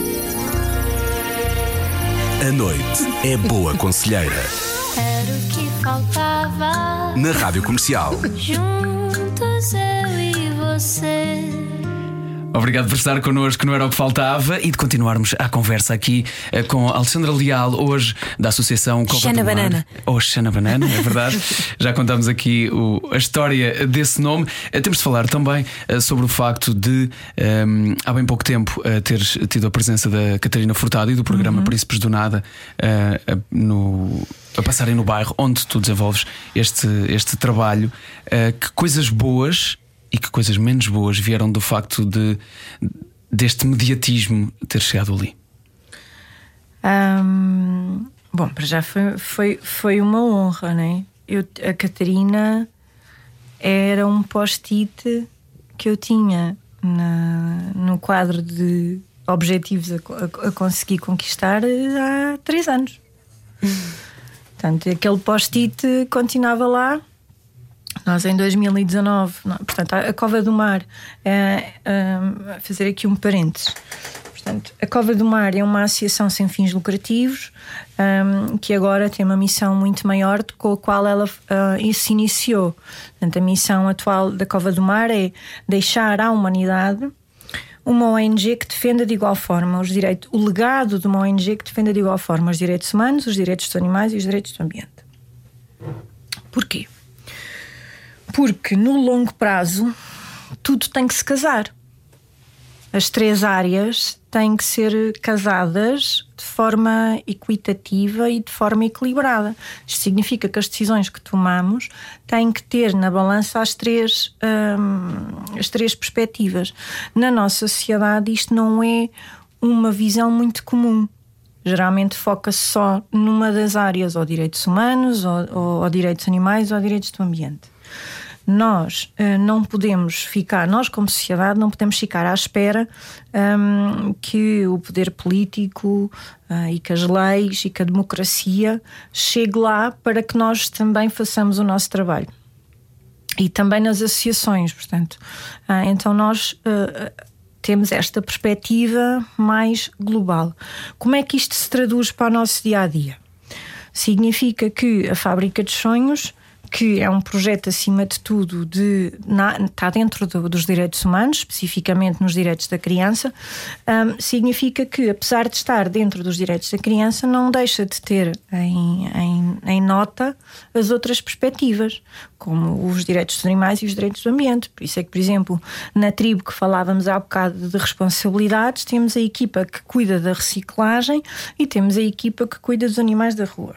D: A noite é boa conselheira.
A: Era o que faltava.
D: Na Rádio Comercial.
A: Juntos eu e você.
B: Obrigado por estar connosco, não era o que faltava, e de continuarmos a conversa aqui com Alexandra Leal, hoje da Associação Cova
F: Xana
B: do Mar.
F: Banana.
B: Ou Xana Banana, é verdade. Já contamos aqui a história desse nome. Temos de falar também sobre o facto de há bem pouco tempo teres tido a presença da Catarina Furtado e do programa Príncipes do Nada a passarem no bairro onde tu desenvolves este trabalho. Que coisas boas e que coisas menos boas vieram do facto deste mediatismo ter chegado ali?
C: Bom, para já foi uma honra, né? A Catarina era um post-it que eu tinha no quadro de objetivos a conseguir conquistar há 3 anos. Portanto, aquele post-it continuava lá. Nós em 2019, portanto, a Cova do Mar, fazer aqui um parênteses. Portanto, a Cova do Mar é uma associação sem fins lucrativos, que agora tem uma missão muito maior com a qual ela se iniciou. Portanto, a missão atual da Cova do Mar é deixar à humanidade uma ONG que defenda de igual forma os direitos, o legado de uma ONG que defenda de igual forma os direitos humanos, os direitos dos animais e os direitos do ambiente. Porquê? Porque no longo prazo tudo tem que se casar. As 3 áreas têm que ser casadas de forma equitativa e de forma equilibrada. Isto significa que as decisões que tomamos têm que ter na balança as três perspectivas. Na nossa sociedade isto não é uma visão muito comum. Geralmente foca-se só numa das áreas, ou direitos humanos, ou direitos animais, ou direitos do ambiente. Nós não podemos ficar, nós como sociedade não podemos ficar à espera que o poder político e que as leis e que a democracia chegue lá para que nós também façamos o nosso trabalho. E também nas associações, portanto. Então nós temos esta perspectiva mais global. Como é que isto se traduz para o nosso dia-a-dia? Significa que a Fábrica dos Sonhos, que é um projeto acima de tudo está dentro dos direitos humanos, especificamente nos direitos da criança, significa que, apesar de estar dentro dos direitos da criança, não deixa de ter em nota as outras perspectivas, como os direitos dos animais e os direitos do ambiente. Por isso é que, por exemplo, na tribo que falávamos há bocado de responsabilidades, temos a equipa que cuida da reciclagem e temos a equipa que cuida dos animais da rua.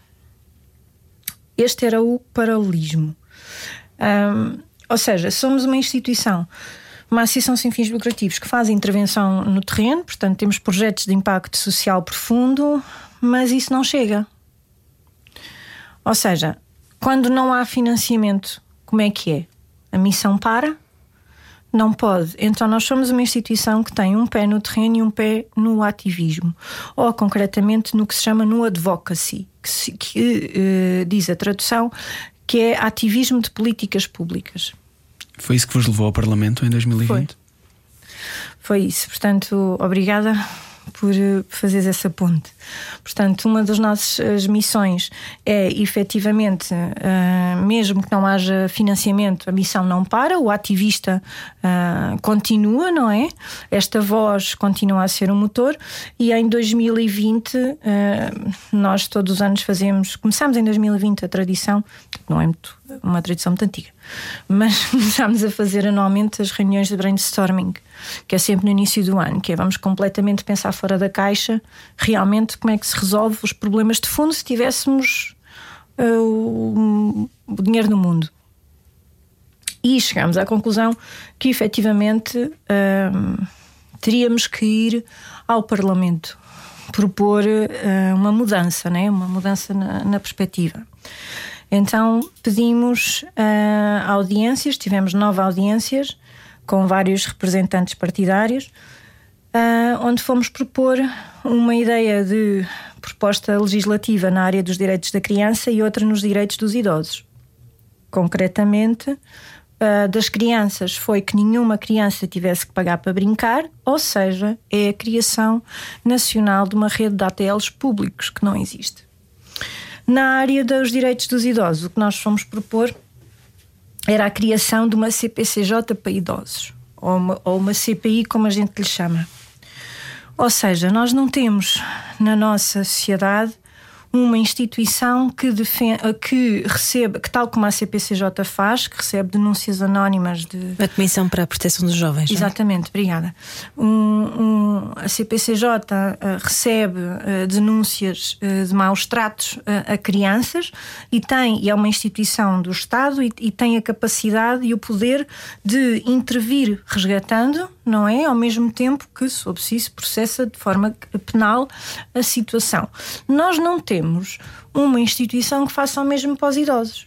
C: Este era o paralelismo. Ou seja, somos uma instituição, uma associação sem fins lucrativos que faz intervenção no terreno, portanto temos projetos de impacto social profundo, mas isso não chega. Ou seja, Quando não há financiamento, como é que é? A missão para? Não pode. Então nós somos uma instituição que tem um pé no terreno e um pé no ativismo, ou concretamente no que se chama no advocacy, que diz a tradução, que é ativismo de políticas públicas.
B: Foi isso que vos levou ao Parlamento em 2020?
C: Foi isso. Portanto, obrigada por fazeres essa ponte. Portanto, uma das nossas missões é, efetivamente, mesmo que não haja financiamento, a missão não para, o ativista continua, não é? Esta voz continua a ser um motor, e em 2020 nós todos os anos começámos em 2020 a tradição, não é uma tradição muito antiga, mas começámos a fazer anualmente as reuniões de brainstorming, que é sempre no início do ano, que é vamos completamente pensar fora da caixa, realmente como é que se resolve os problemas de fundo se tivéssemos o dinheiro no mundo. E chegámos à conclusão que efetivamente teríamos que ir ao Parlamento propor uma mudança, né? Uma mudança na perspectiva. Então pedimos audiências, tivemos 9 audiências com vários representantes partidários, onde fomos propor uma ideia de proposta legislativa na área dos direitos da criança e outra nos direitos dos idosos. Concretamente, das crianças foi que nenhuma criança tivesse que pagar para brincar, ou seja, é a criação nacional de uma rede de ATLs públicos que não existe. Na área dos direitos dos idosos, o que nós fomos propor era a criação de uma CPCJ para idosos, ou uma CPI, como a gente lhe chama. Ou seja, nós não temos na nossa sociedade uma instituição que recebe, que tal como a CPCJ faz, que recebe denúncias anónimas de...
F: A Comissão para a Proteção dos Jovens.
C: Exatamente, obrigada. A CPCJ recebe denúncias de maus tratos a crianças e é uma instituição do Estado e tem a capacidade e o poder de intervir resgatando, não é? Ao mesmo tempo que, se for preciso, processa de forma penal a situação. Nós não temos uma instituição que faça o mesmo para os idosos.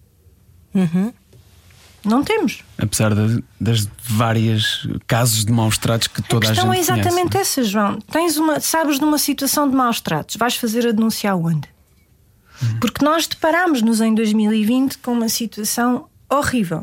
C: Não temos.
B: Apesar das várias casos de maus tratos que toda a gente conhece. A questão é exatamente
C: essa, João. Sabes de uma situação de maus tratos, vais fazer a denúncia aonde? Porque nós deparámos-nos em 2020 com uma situação horrível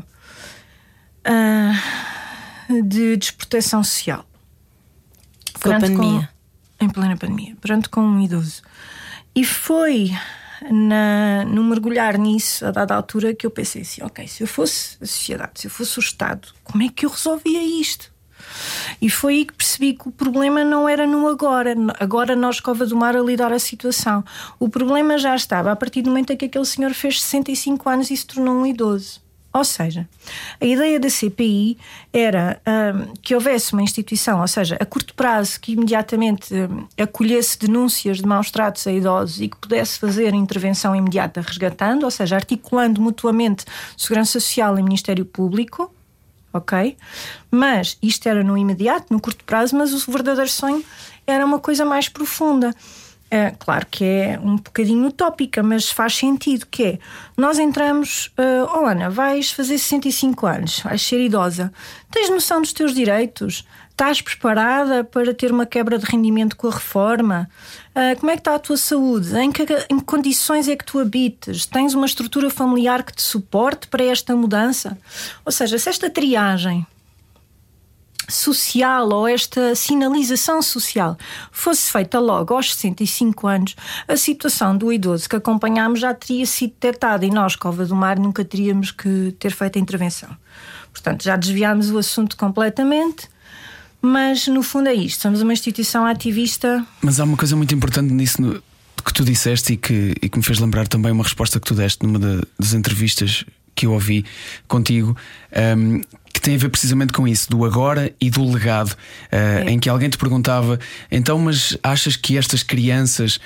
C: de desproteção social.
F: Com a pandemia.
C: Em plena pandemia, perante com um idoso. E foi no mergulhar nisso, a dada altura, que eu pensei assim: ok, se eu fosse a sociedade, se eu fosse o Estado, como é que eu resolvia isto? E foi aí que percebi que o problema não era no agora. Agora nós, Cova do Mar, a lidar a situação. O problema já estava a partir do momento em que aquele senhor fez 65 anos e se tornou um idoso. Ou seja, a ideia da CPI era que houvesse uma instituição, ou seja, a curto prazo, que imediatamente acolhesse denúncias de maus tratos a idosos e que pudesse fazer intervenção imediata resgatando, ou seja, articulando mutuamente Segurança Social e Ministério Público, ok? Mas isto era no imediato, no curto prazo, mas o verdadeiro sonho era uma coisa mais profunda. Claro que é um bocadinho utópica, mas faz sentido, que é, nós entramos, Ana, vais fazer 65 anos, vais ser idosa, tens noção dos teus direitos? Estás preparada para ter uma quebra de rendimento com a reforma? Como é que está a tua saúde? Em que condições é que tu habites? Tens uma estrutura familiar que te suporte para esta mudança? Ou seja, se esta triagem social ou esta sinalização social fosse feita logo aos 65 anos, a situação do idoso que acompanhámos já teria sido detectada e nós, Cova do Mar, nunca teríamos que ter feito a intervenção. Portanto, já desviámos o assunto completamente, mas no fundo é isto, somos uma instituição ativista. Mas
B: há uma coisa muito importante nisso que tu disseste e que me fez lembrar também uma resposta que tu deste numa das entrevistas que eu ouvi contigo, que tem a ver precisamente com isso, do agora e do legado, em que alguém te perguntava: então, mas achas que estas crianças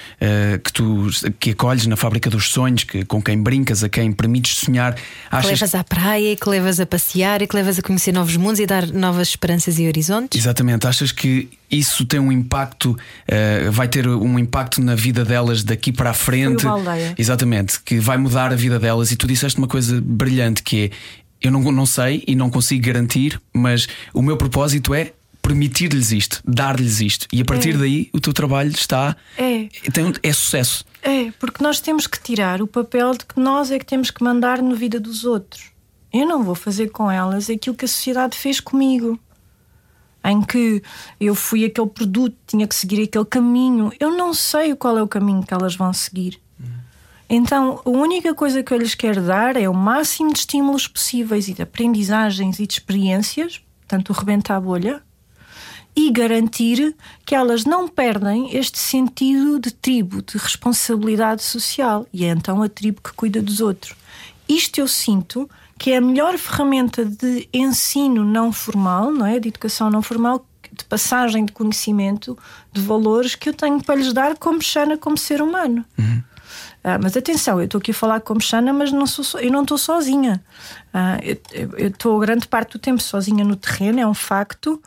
B: que acolhes na fábrica dos sonhos, com quem brincas, a quem permites sonhar,
F: que levas à praia, que levas a passear e que levas a conhecer novos mundos e dar novas esperanças e horizontes?
B: Exatamente, achas que isso tem um impacto, vai ter um impacto na vida delas daqui para a frente?
C: Foi o Baldeia.
B: Exatamente, que vai mudar a vida delas. E tu disseste uma coisa brilhante, que é: eu não sei e não consigo garantir, mas o meu propósito é permitir-lhes isto, dar-lhes isto. E a partir daí o teu trabalho é sucesso.
C: É, porque nós temos que tirar o papel de que nós é que temos que mandar na vida dos outros. Eu não vou fazer com elas aquilo que a sociedade fez comigo, em que eu fui aquele produto, tinha que seguir aquele caminho. Eu não sei qual é o caminho que elas vão seguir. Então a única coisa que eu lhes quero dar é o máximo de estímulos possíveis e de aprendizagens e de experiências, portanto o rebenta a bolha, e garantir que elas não perdem este sentido de tribo, de responsabilidade social. E é então a tribo que cuida dos outros. Isto eu sinto que é a melhor ferramenta de ensino não formal, não é? De educação não formal, de passagem de conhecimento, de valores que eu tenho para lhes dar como Xana, como ser humano. Mas atenção, eu estou aqui a falar como Xana, mas eu não estou sozinha. Eu estou grande parte do tempo sozinha no terreno, é um facto.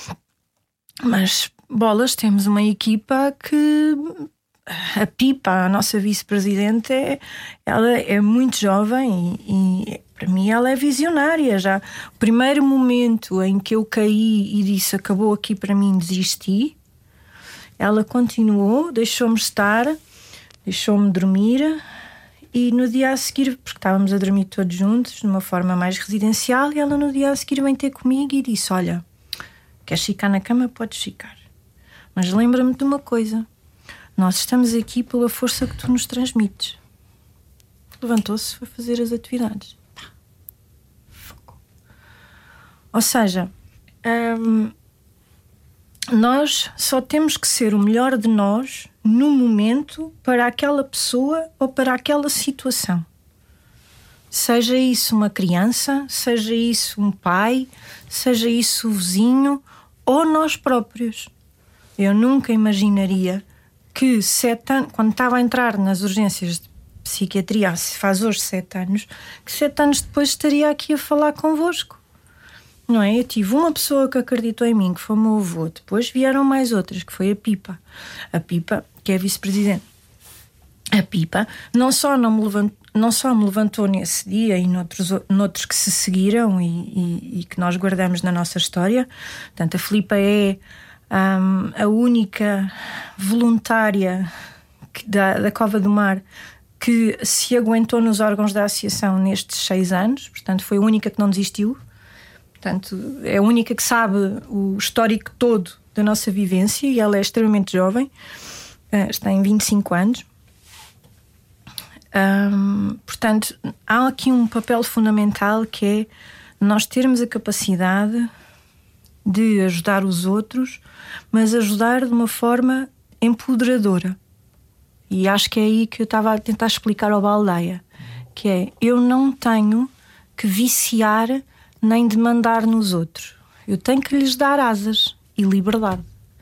C: Mas, bolas, temos uma equipa que... A Pipa, a nossa vice-presidente, ela é muito jovem e para mim ela é visionária. Já o primeiro momento em que eu caí e disse acabou aqui para mim, desisti, ela continuou, deixou-me estar, deixou-me dormir, e no dia a seguir, porque estávamos a dormir todos juntos de uma forma mais residencial, e ela no dia a seguir vem ter comigo e disse: olha, queres ficar na cama? Podes ficar, mas lembra-me de uma coisa: nós estamos aqui pela força que tu nos transmites. Levantou-se, foi fazer as atividades. Ou seja, nós só temos que ser o melhor de nós no momento para aquela pessoa ou para aquela situação. Seja isso uma criança, seja isso um pai, seja isso o vizinho ou nós próprios. Eu nunca imaginaria que 7 anos, quando estava a entrar nas urgências de psiquiatria, faz hoje 7 anos, que 7 anos depois estaria aqui a falar convosco. Não é? Eu tive uma pessoa que acreditou em mim, que foi o meu avô. Depois vieram mais outras, que foi a Pipa. A Pipa, que é a vice-presidente. A Pipa não só me levantou nesse dia e noutros que se seguiram e que nós guardamos na nossa história. Portanto, a Filipa é a única voluntária da Cova do Mar que se aguentou nos órgãos da associação nestes 6 anos. Portanto, foi a única que não desistiu. Portanto, é a única que sabe o histórico todo da nossa vivência, e ela é extremamente jovem, está em 25 anos. Portanto, há aqui um papel fundamental, que é nós termos a capacidade de ajudar os outros, mas ajudar de uma forma empoderadora. E acho que é aí que eu estava a tentar explicar ao Baldeia, que é: eu não tenho que viciar nem demandar nos outros. Eu tenho que lhes dar asas e liberdade.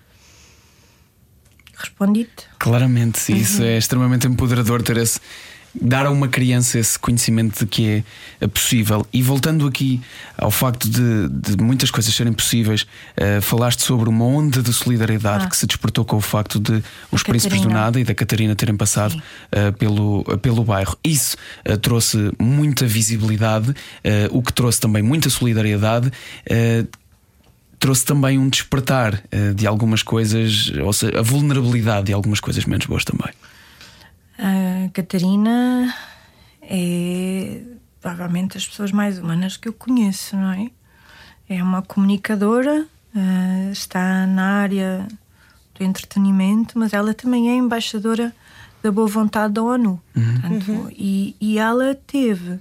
C: Respondi-te?
B: Claramente, isso é extremamente empoderador, dar a uma criança esse conhecimento de que é possível. E voltando aqui ao facto de muitas coisas serem possíveis, falaste sobre uma onda de solidariedade que se despertou com o facto de os Príncipes do Nada e da Catarina terem passado pelo bairro. Isso trouxe muita visibilidade, o que trouxe também muita solidariedade. Trouxe também um despertar de algumas coisas, ou seja, a vulnerabilidade de algumas coisas menos boas também.
C: A Catarina é provavelmente das pessoas mais humanas que eu conheço, não é? É uma comunicadora, está na área do entretenimento, mas ela também é embaixadora da boa vontade da ONU. Portanto, e ela teve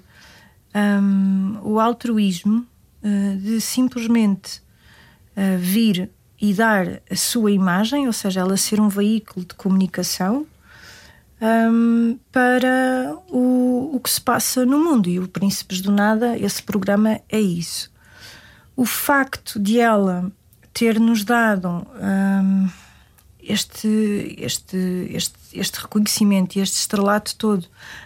C: o altruísmo de simplesmente vir e dar a sua imagem, ou seja, ela ser um veículo de comunicação para o que se passa no mundo. E o Príncipes do Nada, esse programa é isso.
E: o facto de ela ter nos dado este reconhecimento e este estrelato todo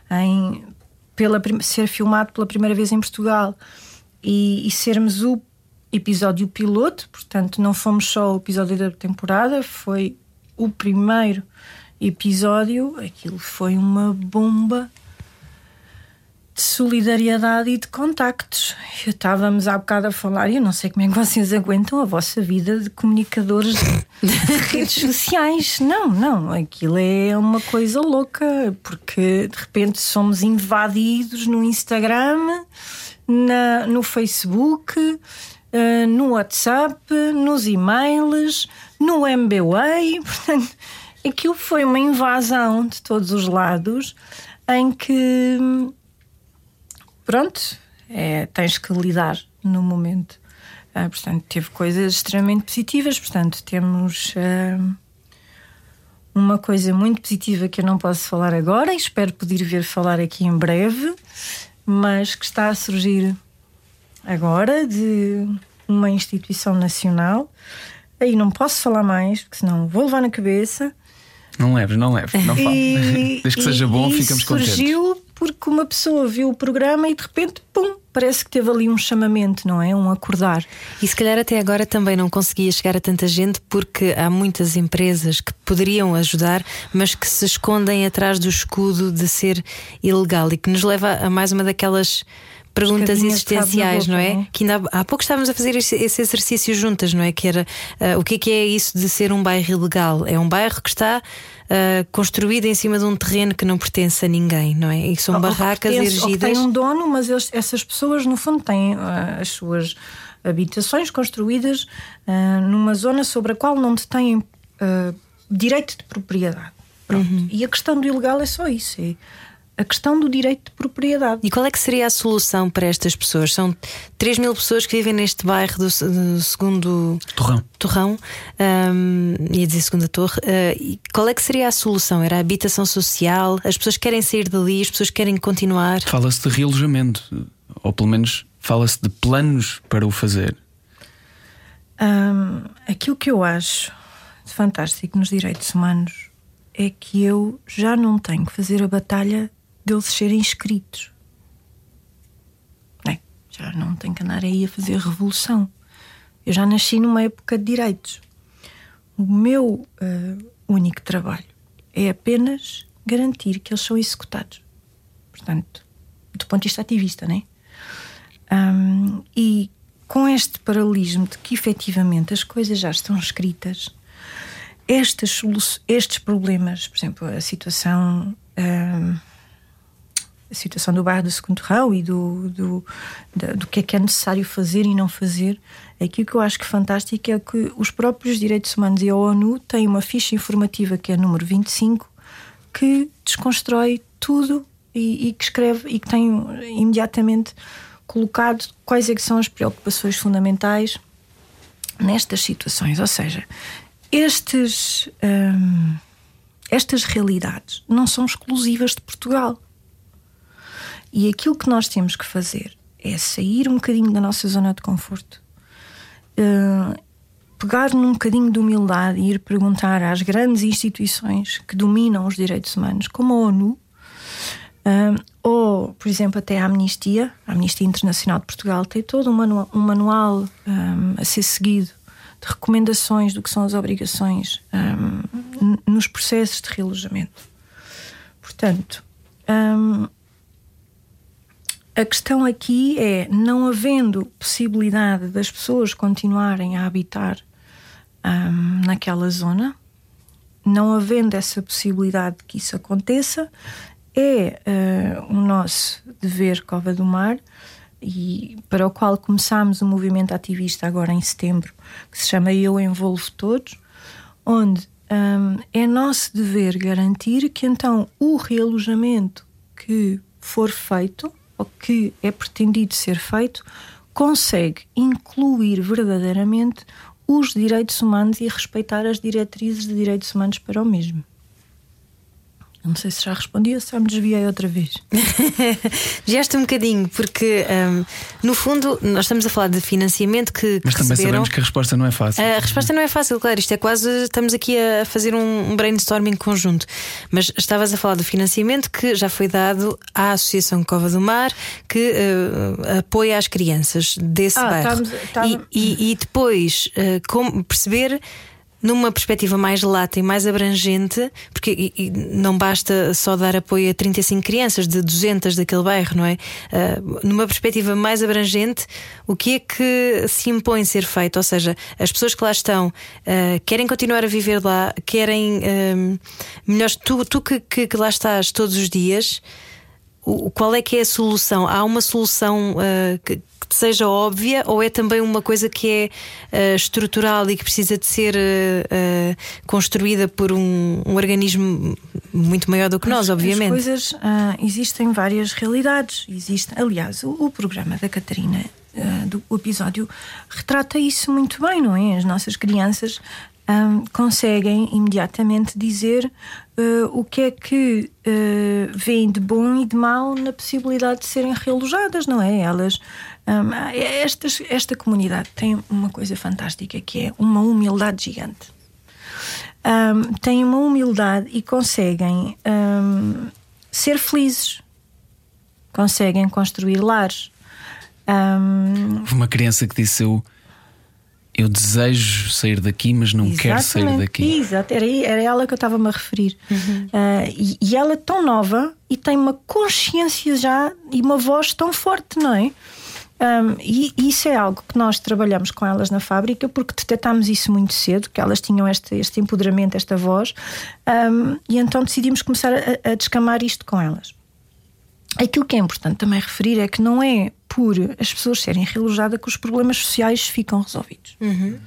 E: ser filmado pela primeira vez em Portugal e sermos o episódio piloto, portanto não fomos só o episódio da temporada, foi o primeiro episódio. Aquilo foi uma bomba de solidariedade e de contactos. Estávamos há bocado a falar, e eu não sei como é que vocês aguentam a vossa vida de comunicadores de redes sociais. Não, aquilo é uma coisa louca, porque de repente somos invadidos no Instagram, no Facebook, no WhatsApp, nos e-mails, no MBWay. Portanto, aquilo foi uma invasão de todos os lados, em que pronto, tens que lidar no momento. Portanto, teve coisas extremamente positivas. Portanto, temos uma coisa muito positiva que eu não posso falar agora e espero poder vir falar aqui em breve, mas que está a surgir agora de uma instituição nacional. Aí não posso falar mais, porque senão vou levar na cabeça.
B: Não leves, não falo. Desde que seja bom, ficamos contentes.
E: Surgiu porque uma pessoa viu o programa e de repente, pum, parece que teve ali um chamamento, não é? Um acordar.
F: E se calhar até agora também não conseguia chegar a tanta gente, porque há muitas empresas que poderiam ajudar, mas que se escondem atrás do escudo de ser ilegal, e que nos leva a mais uma daquelas perguntas existenciais, não é? Que ainda há pouco estávamos a fazer esse exercício juntas, não é? Que era o que é isso de ser um bairro ilegal? É um bairro que está construído em cima de um terreno que não pertence a ninguém, não é? E são barracas erigidas.
E: Tem um dono, mas essas pessoas no fundo têm as suas habitações construídas numa zona sobre a qual não detêm direito de propriedade. Pronto. E a questão do ilegal é só isso, é a questão do direito de propriedade.
F: E qual é que seria a solução para estas pessoas? São 3.000 pessoas que vivem neste bairro do segundo Torrão, ia dizer segunda torre. E qual é que seria a solução? Era a habitação social? As pessoas querem sair dali? As pessoas querem continuar?
B: Fala-se de realojamento, ou pelo menos fala-se de planos para o fazer.
E: Aquilo que eu acho de fantástico nos direitos humanos é que eu já não tenho que fazer a batalha deles serem inscritos. Já não tenho que andar aí a fazer revolução. Eu já nasci numa época de direitos. O meu único trabalho é apenas garantir que eles são executados. Portanto, do ponto de vista ativista, não é? E com este paralelismo de que efetivamente as coisas já estão escritas, estes problemas, por exemplo, a situação do bairro do Segundo Torrão e do que é necessário fazer e não fazer, aquilo que eu acho que é fantástico é que os próprios direitos humanos e a ONU têm uma ficha informativa que é número 25, que desconstrói tudo e que escreve e que tem imediatamente colocado quais é que são as preocupações fundamentais nestas situações. Ou seja, estas realidades não são exclusivas de Portugal. E aquilo que nós temos que fazer é sair um bocadinho da nossa zona de conforto, pegar num bocadinho de humildade e ir perguntar às grandes instituições que dominam os direitos humanos, como a ONU, ou, por exemplo, até a Amnistia Internacional de Portugal, tem todo um manual a ser seguido de recomendações do que são as obrigações nos processos de realojamento. Portanto, a questão aqui é, não havendo possibilidade das pessoas continuarem a habitar naquela zona, não havendo essa possibilidade de que isso aconteça, é o nosso dever Cova do Mar, e para o qual começámos um movimento ativista agora em setembro, que se chama Eu Envolvo Todos, onde é nosso dever garantir que então o realojamento que for feito, ou que é pretendido ser feito, consegue incluir verdadeiramente os direitos humanos e respeitar as diretrizes de direitos humanos para o mesmo. Não sei se já respondi ou se já me desviei outra vez.
F: Desviaste um bocadinho, porque no fundo nós estamos a falar de financiamento que
B: Mas também
F: receberam.
B: sabemos que a resposta não é fácil.
F: A resposta não é fácil, claro. Isto é quase. Estamos aqui a fazer um brainstorming conjunto. Mas estavas a falar do financiamento que já foi dado à Associação Cova do Mar, que apoia as crianças desse bairro. E depois como perceber, numa perspectiva mais lata e mais abrangente, porque não basta só dar apoio a 35 crianças de 200 daquele bairro, não é? Numa perspectiva mais abrangente, o que é que se impõe ser feito? Ou seja, as pessoas que lá estão querem continuar a viver lá, querem melhores. Tu que lá estás todos os dias, qual é que é a solução? Há uma solução que seja óbvia, ou é também uma coisa que é estrutural e que precisa de ser construída por um organismo muito maior do que nós, obviamente?
E: As coisas, existem várias realidades. Aliás, o programa da Catarina, o episódio, retrata isso muito bem, não é? As nossas crianças conseguem imediatamente dizer o que é que veem de bom e de mau na possibilidade de serem realojadas, não é? Elas, esta comunidade tem uma coisa fantástica, que é uma humildade gigante. Têm uma humildade e conseguem ser felizes, conseguem construir lares.
B: Houve uma criança que disse: eu desejo sair daqui, mas não quero sair daqui.
E: Exato, era ela que eu estava-me a referir. E ela é tão nova e tem uma consciência já e uma voz tão forte, não é? E isso é algo que nós trabalhamos com elas na fábrica, porque detectámos isso muito cedo, que elas tinham este empoderamento, esta voz, e então decidimos começar a descamar isto com elas. Aquilo que é importante também referir é que não é por as pessoas serem realojadas que os problemas sociais ficam resolvidos.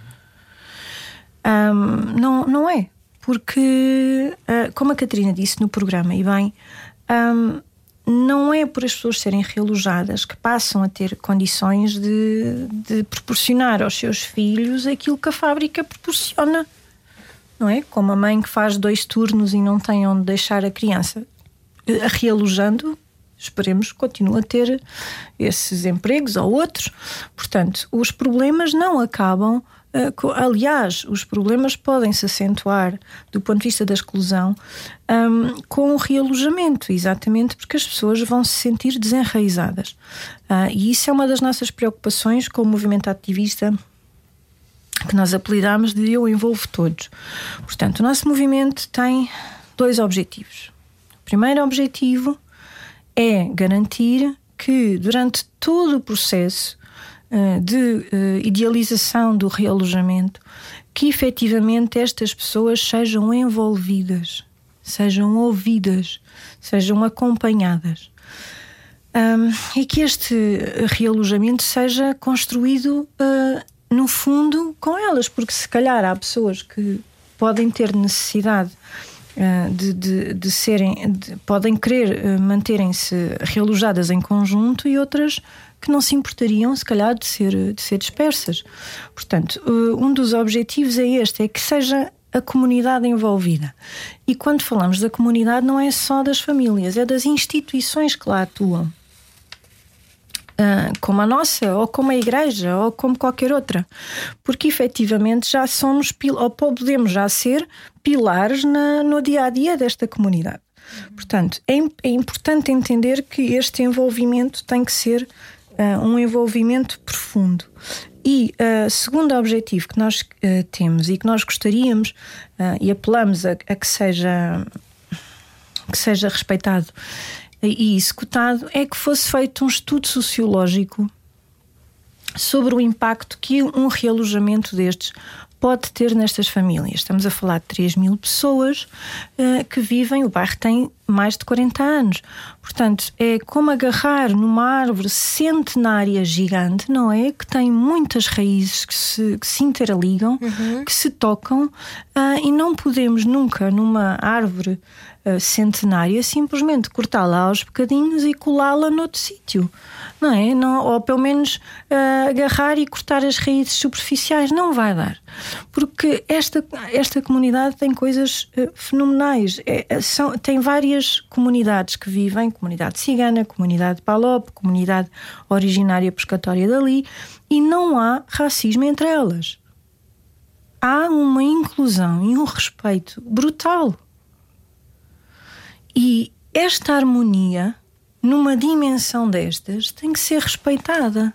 E: Não é. Porque, como a Catarina disse no programa, e bem, não é por as pessoas serem realojadas que passam a ter condições de proporcionar aos seus filhos aquilo que a fábrica proporciona. Não é? Como a mãe que faz 2 turnos e não tem onde deixar a criança. Realojando, esperemos que continue a ter esses empregos ou outros. Portanto, os problemas não acabam. Aliás, os problemas podem se acentuar do ponto de vista da exclusão com o realojamento, exatamente porque as pessoas vão se sentir desenraizadas. E isso é uma das nossas preocupações com o movimento ativista, que nós apelidamos de Eu Envolvo Todos. Portanto, o nosso movimento tem 2 objetivos. O primeiro objetivo é garantir que durante todo o processo de idealização do realojamento, que efetivamente estas pessoas sejam envolvidas, sejam ouvidas, sejam acompanhadas, e que este realojamento seja construído no fundo com elas, porque se calhar há pessoas que podem ter necessidade de serem, podem querer manterem-se realojadas em conjunto, e outras que não se importariam, se calhar, de ser dispersas. Portanto, um dos objetivos é este, é que seja a comunidade envolvida. E quando falamos da comunidade, não é só das famílias, é das instituições que lá atuam. Como a nossa, ou como a igreja, ou como qualquer outra. Porque efetivamente já somos, ou podemos já ser, pilares no dia-a-dia desta comunidade. Portanto, é importante entender que este envolvimento tem que ser um envolvimento profundo. E o segundo objetivo que nós temos e que nós gostaríamos e apelamos a que seja respeitado e executado, é que fosse feito um estudo sociológico sobre o impacto que um realojamento destes pode ter nestas famílias. Estamos a falar de 3.000 pessoas que vivem. O bairro tem
C: mais de 40 anos. Portanto, é como agarrar numa árvore centenária gigante, não é? Que tem muitas raízes que se interligam, que se tocam, e não podemos nunca, numa árvore centenária, simplesmente cortá-la aos bocadinhos e colá-la noutro sítio. Não é? Não, ou pelo menos agarrar e cortar as raízes superficiais. Não vai dar. Porque esta comunidade tem coisas fenomenais. Tem várias comunidades que vivem, comunidade cigana, comunidade Palop, comunidade originária pescatória dali, e não há racismo entre elas. Há uma inclusão e um respeito brutal. E esta harmonia, numa dimensão destas, tem que ser respeitada.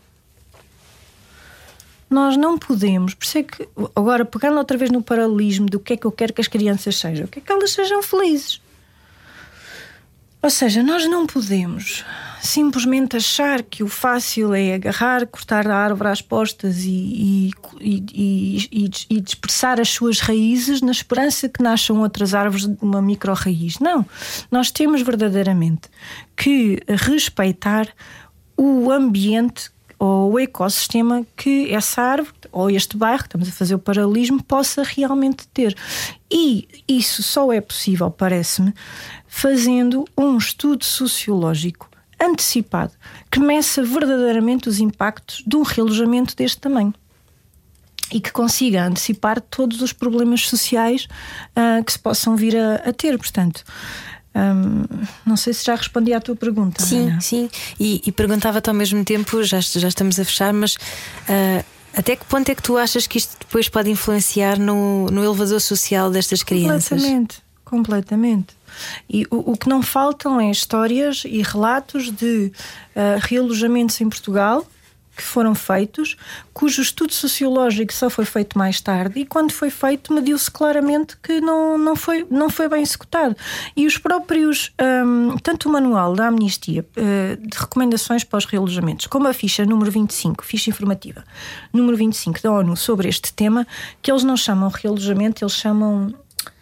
C: Nós não podemos, por isso é que, agora pegando outra vez no paralelismo do que é que eu quero que as crianças sejam, que é que elas sejam felizes. Ou seja, nós não podemos simplesmente achar que o fácil é agarrar, cortar a árvore às postas e dispersar as suas raízes na esperança que nasçam outras árvores de uma micro-raiz. Não, nós temos verdadeiramente que respeitar o ambiente ou o ecossistema que essa árvore ou este bairro, que estamos a fazer o paralelismo, possa realmente ter. E isso só é possível, parece-me, fazendo um estudo sociológico antecipado que meça verdadeiramente os impactos de um realojamento deste tamanho e que consiga antecipar todos os problemas sociais que se possam vir a ter. Portanto, não sei se já respondi à tua pergunta.
F: Sim,
C: Ana.
F: sim. E perguntava-te ao mesmo tempo, já estamos a fechar, mas até que ponto é que tu achas que isto depois pode influenciar no elevador social destas crianças?
C: Completamente. E o que não faltam é histórias e relatos de realojamentos em Portugal que foram feitos, cujo estudo sociológico só foi feito mais tarde, e quando foi feito mediu-se claramente que não foi bem executado. E os próprios, tanto o manual da Amnistia de recomendações para os realojamentos, como a ficha número 25, ficha informativa número 25 da ONU sobre este tema, que eles não chamam realojamento, eles chamam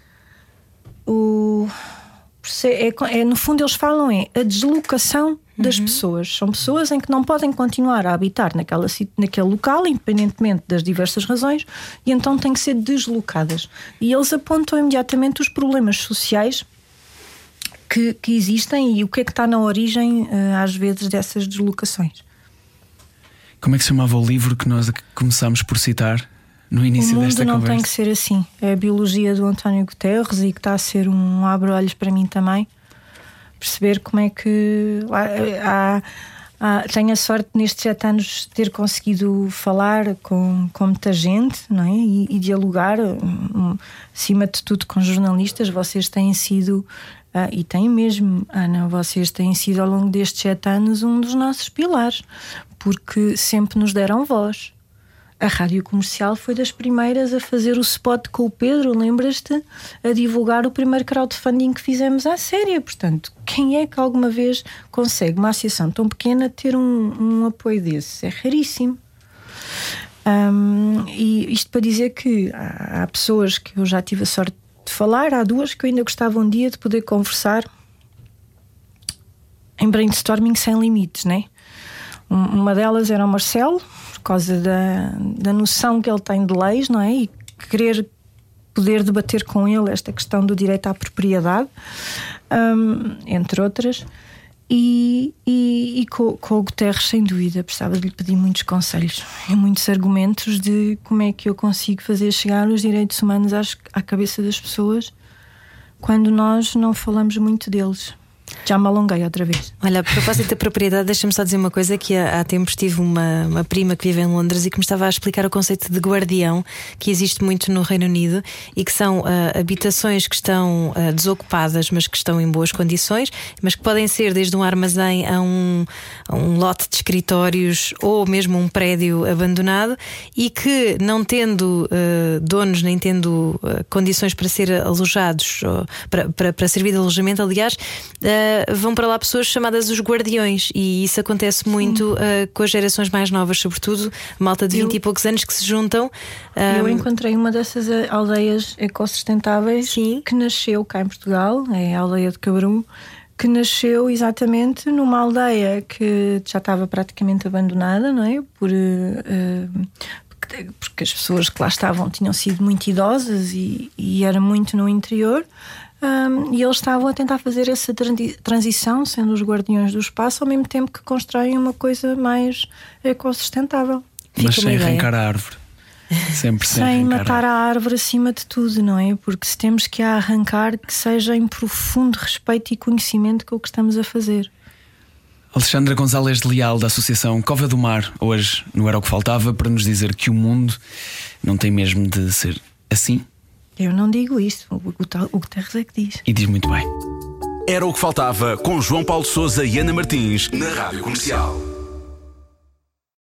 C: no fundo eles falam a deslocação das pessoas. São pessoas em que não podem continuar a habitar naquele local, independentemente das diversas razões, e então têm que ser deslocadas. E eles apontam imediatamente os problemas sociais que existem e o que é que está na origem, às vezes, dessas deslocações.
B: Como é que se chamava o livro que nós começámos por citar no início desta conversa?
C: O mundo não tem que ser assim. É a biologia do António Guterres e que está a ser um abre-olhos para mim também. Perceber como é que tenho a sorte nestes 7 anos de ter conseguido falar com muita gente, não é? E dialogar, acima de tudo, com jornalistas. Vocês têm sido, e têm mesmo, Ana, vocês têm sido ao longo destes 7 anos um dos nossos pilares, porque sempre nos deram voz. A Rádio Comercial foi das primeiras a fazer o spot com o Pedro, lembras-te? A divulgar o primeiro crowdfunding que fizemos à séria. Portanto, quem é que alguma vez consegue uma associação tão pequena ter um apoio desse? É raríssimo. E isto para dizer que há pessoas que eu já tive a sorte de falar, há 2 que eu ainda gostava um dia de poder conversar em brainstorming sem limites, né? Uma delas era o Marcelo, por causa da noção que ele tem de leis, não é? E querer poder debater com ele esta questão do direito à propriedade, entre outras. E com o Guterres, sem dúvida, precisava de lhe pedir muitos conselhos e muitos argumentos de como é que eu consigo fazer chegar os direitos humanos à cabeça das pessoas quando nós não falamos muito deles. Já me alonguei outra vez.
F: Olha, a propósito da propriedade, deixa-me só dizer uma coisa, que há tempos tive uma prima que vive em Londres e que me estava a explicar o conceito de guardião, que existe muito no Reino Unido, e que são habitações que estão desocupadas, mas que estão em boas condições, mas que podem ser desde um armazém a um lote de escritórios ou mesmo um prédio abandonado, e que, não tendo donos nem tendo condições para ser alojados, para servir de alojamento, aliás, vão para lá pessoas chamadas os guardiões, e isso acontece muito com as gerações mais novas, sobretudo malta de 20 e poucos anos que se juntam.
C: Eu encontrei uma dessas aldeias ecossustentáveis que nasceu cá em Portugal, é a aldeia de Cabrum, que nasceu exatamente numa aldeia que já estava praticamente abandonada, não é? Porque as pessoas que lá estavam tinham sido muito idosas e era muito no interior. E eles estavam a tentar fazer essa transição, sendo os guardiões do espaço, ao mesmo tempo que constroem uma coisa mais ecossustentável.
B: Mas sem arrancar a árvore. Sempre
C: sem matar a árvore acima de tudo, não é? Porque se temos que a arrancar, que seja em profundo respeito e conhecimento com o que estamos a fazer.
B: Alexandra Gonzalez de Leal, da Associação Cova do Mar, hoje no Era o que Faltava, para nos dizer que o mundo não tem mesmo de ser assim.
C: Eu não digo isso, o Guterres é que diz.
B: E diz muito bem.
D: Era o que Faltava, com João Paulo Sousa e Ana Martins, na Rádio Comercial.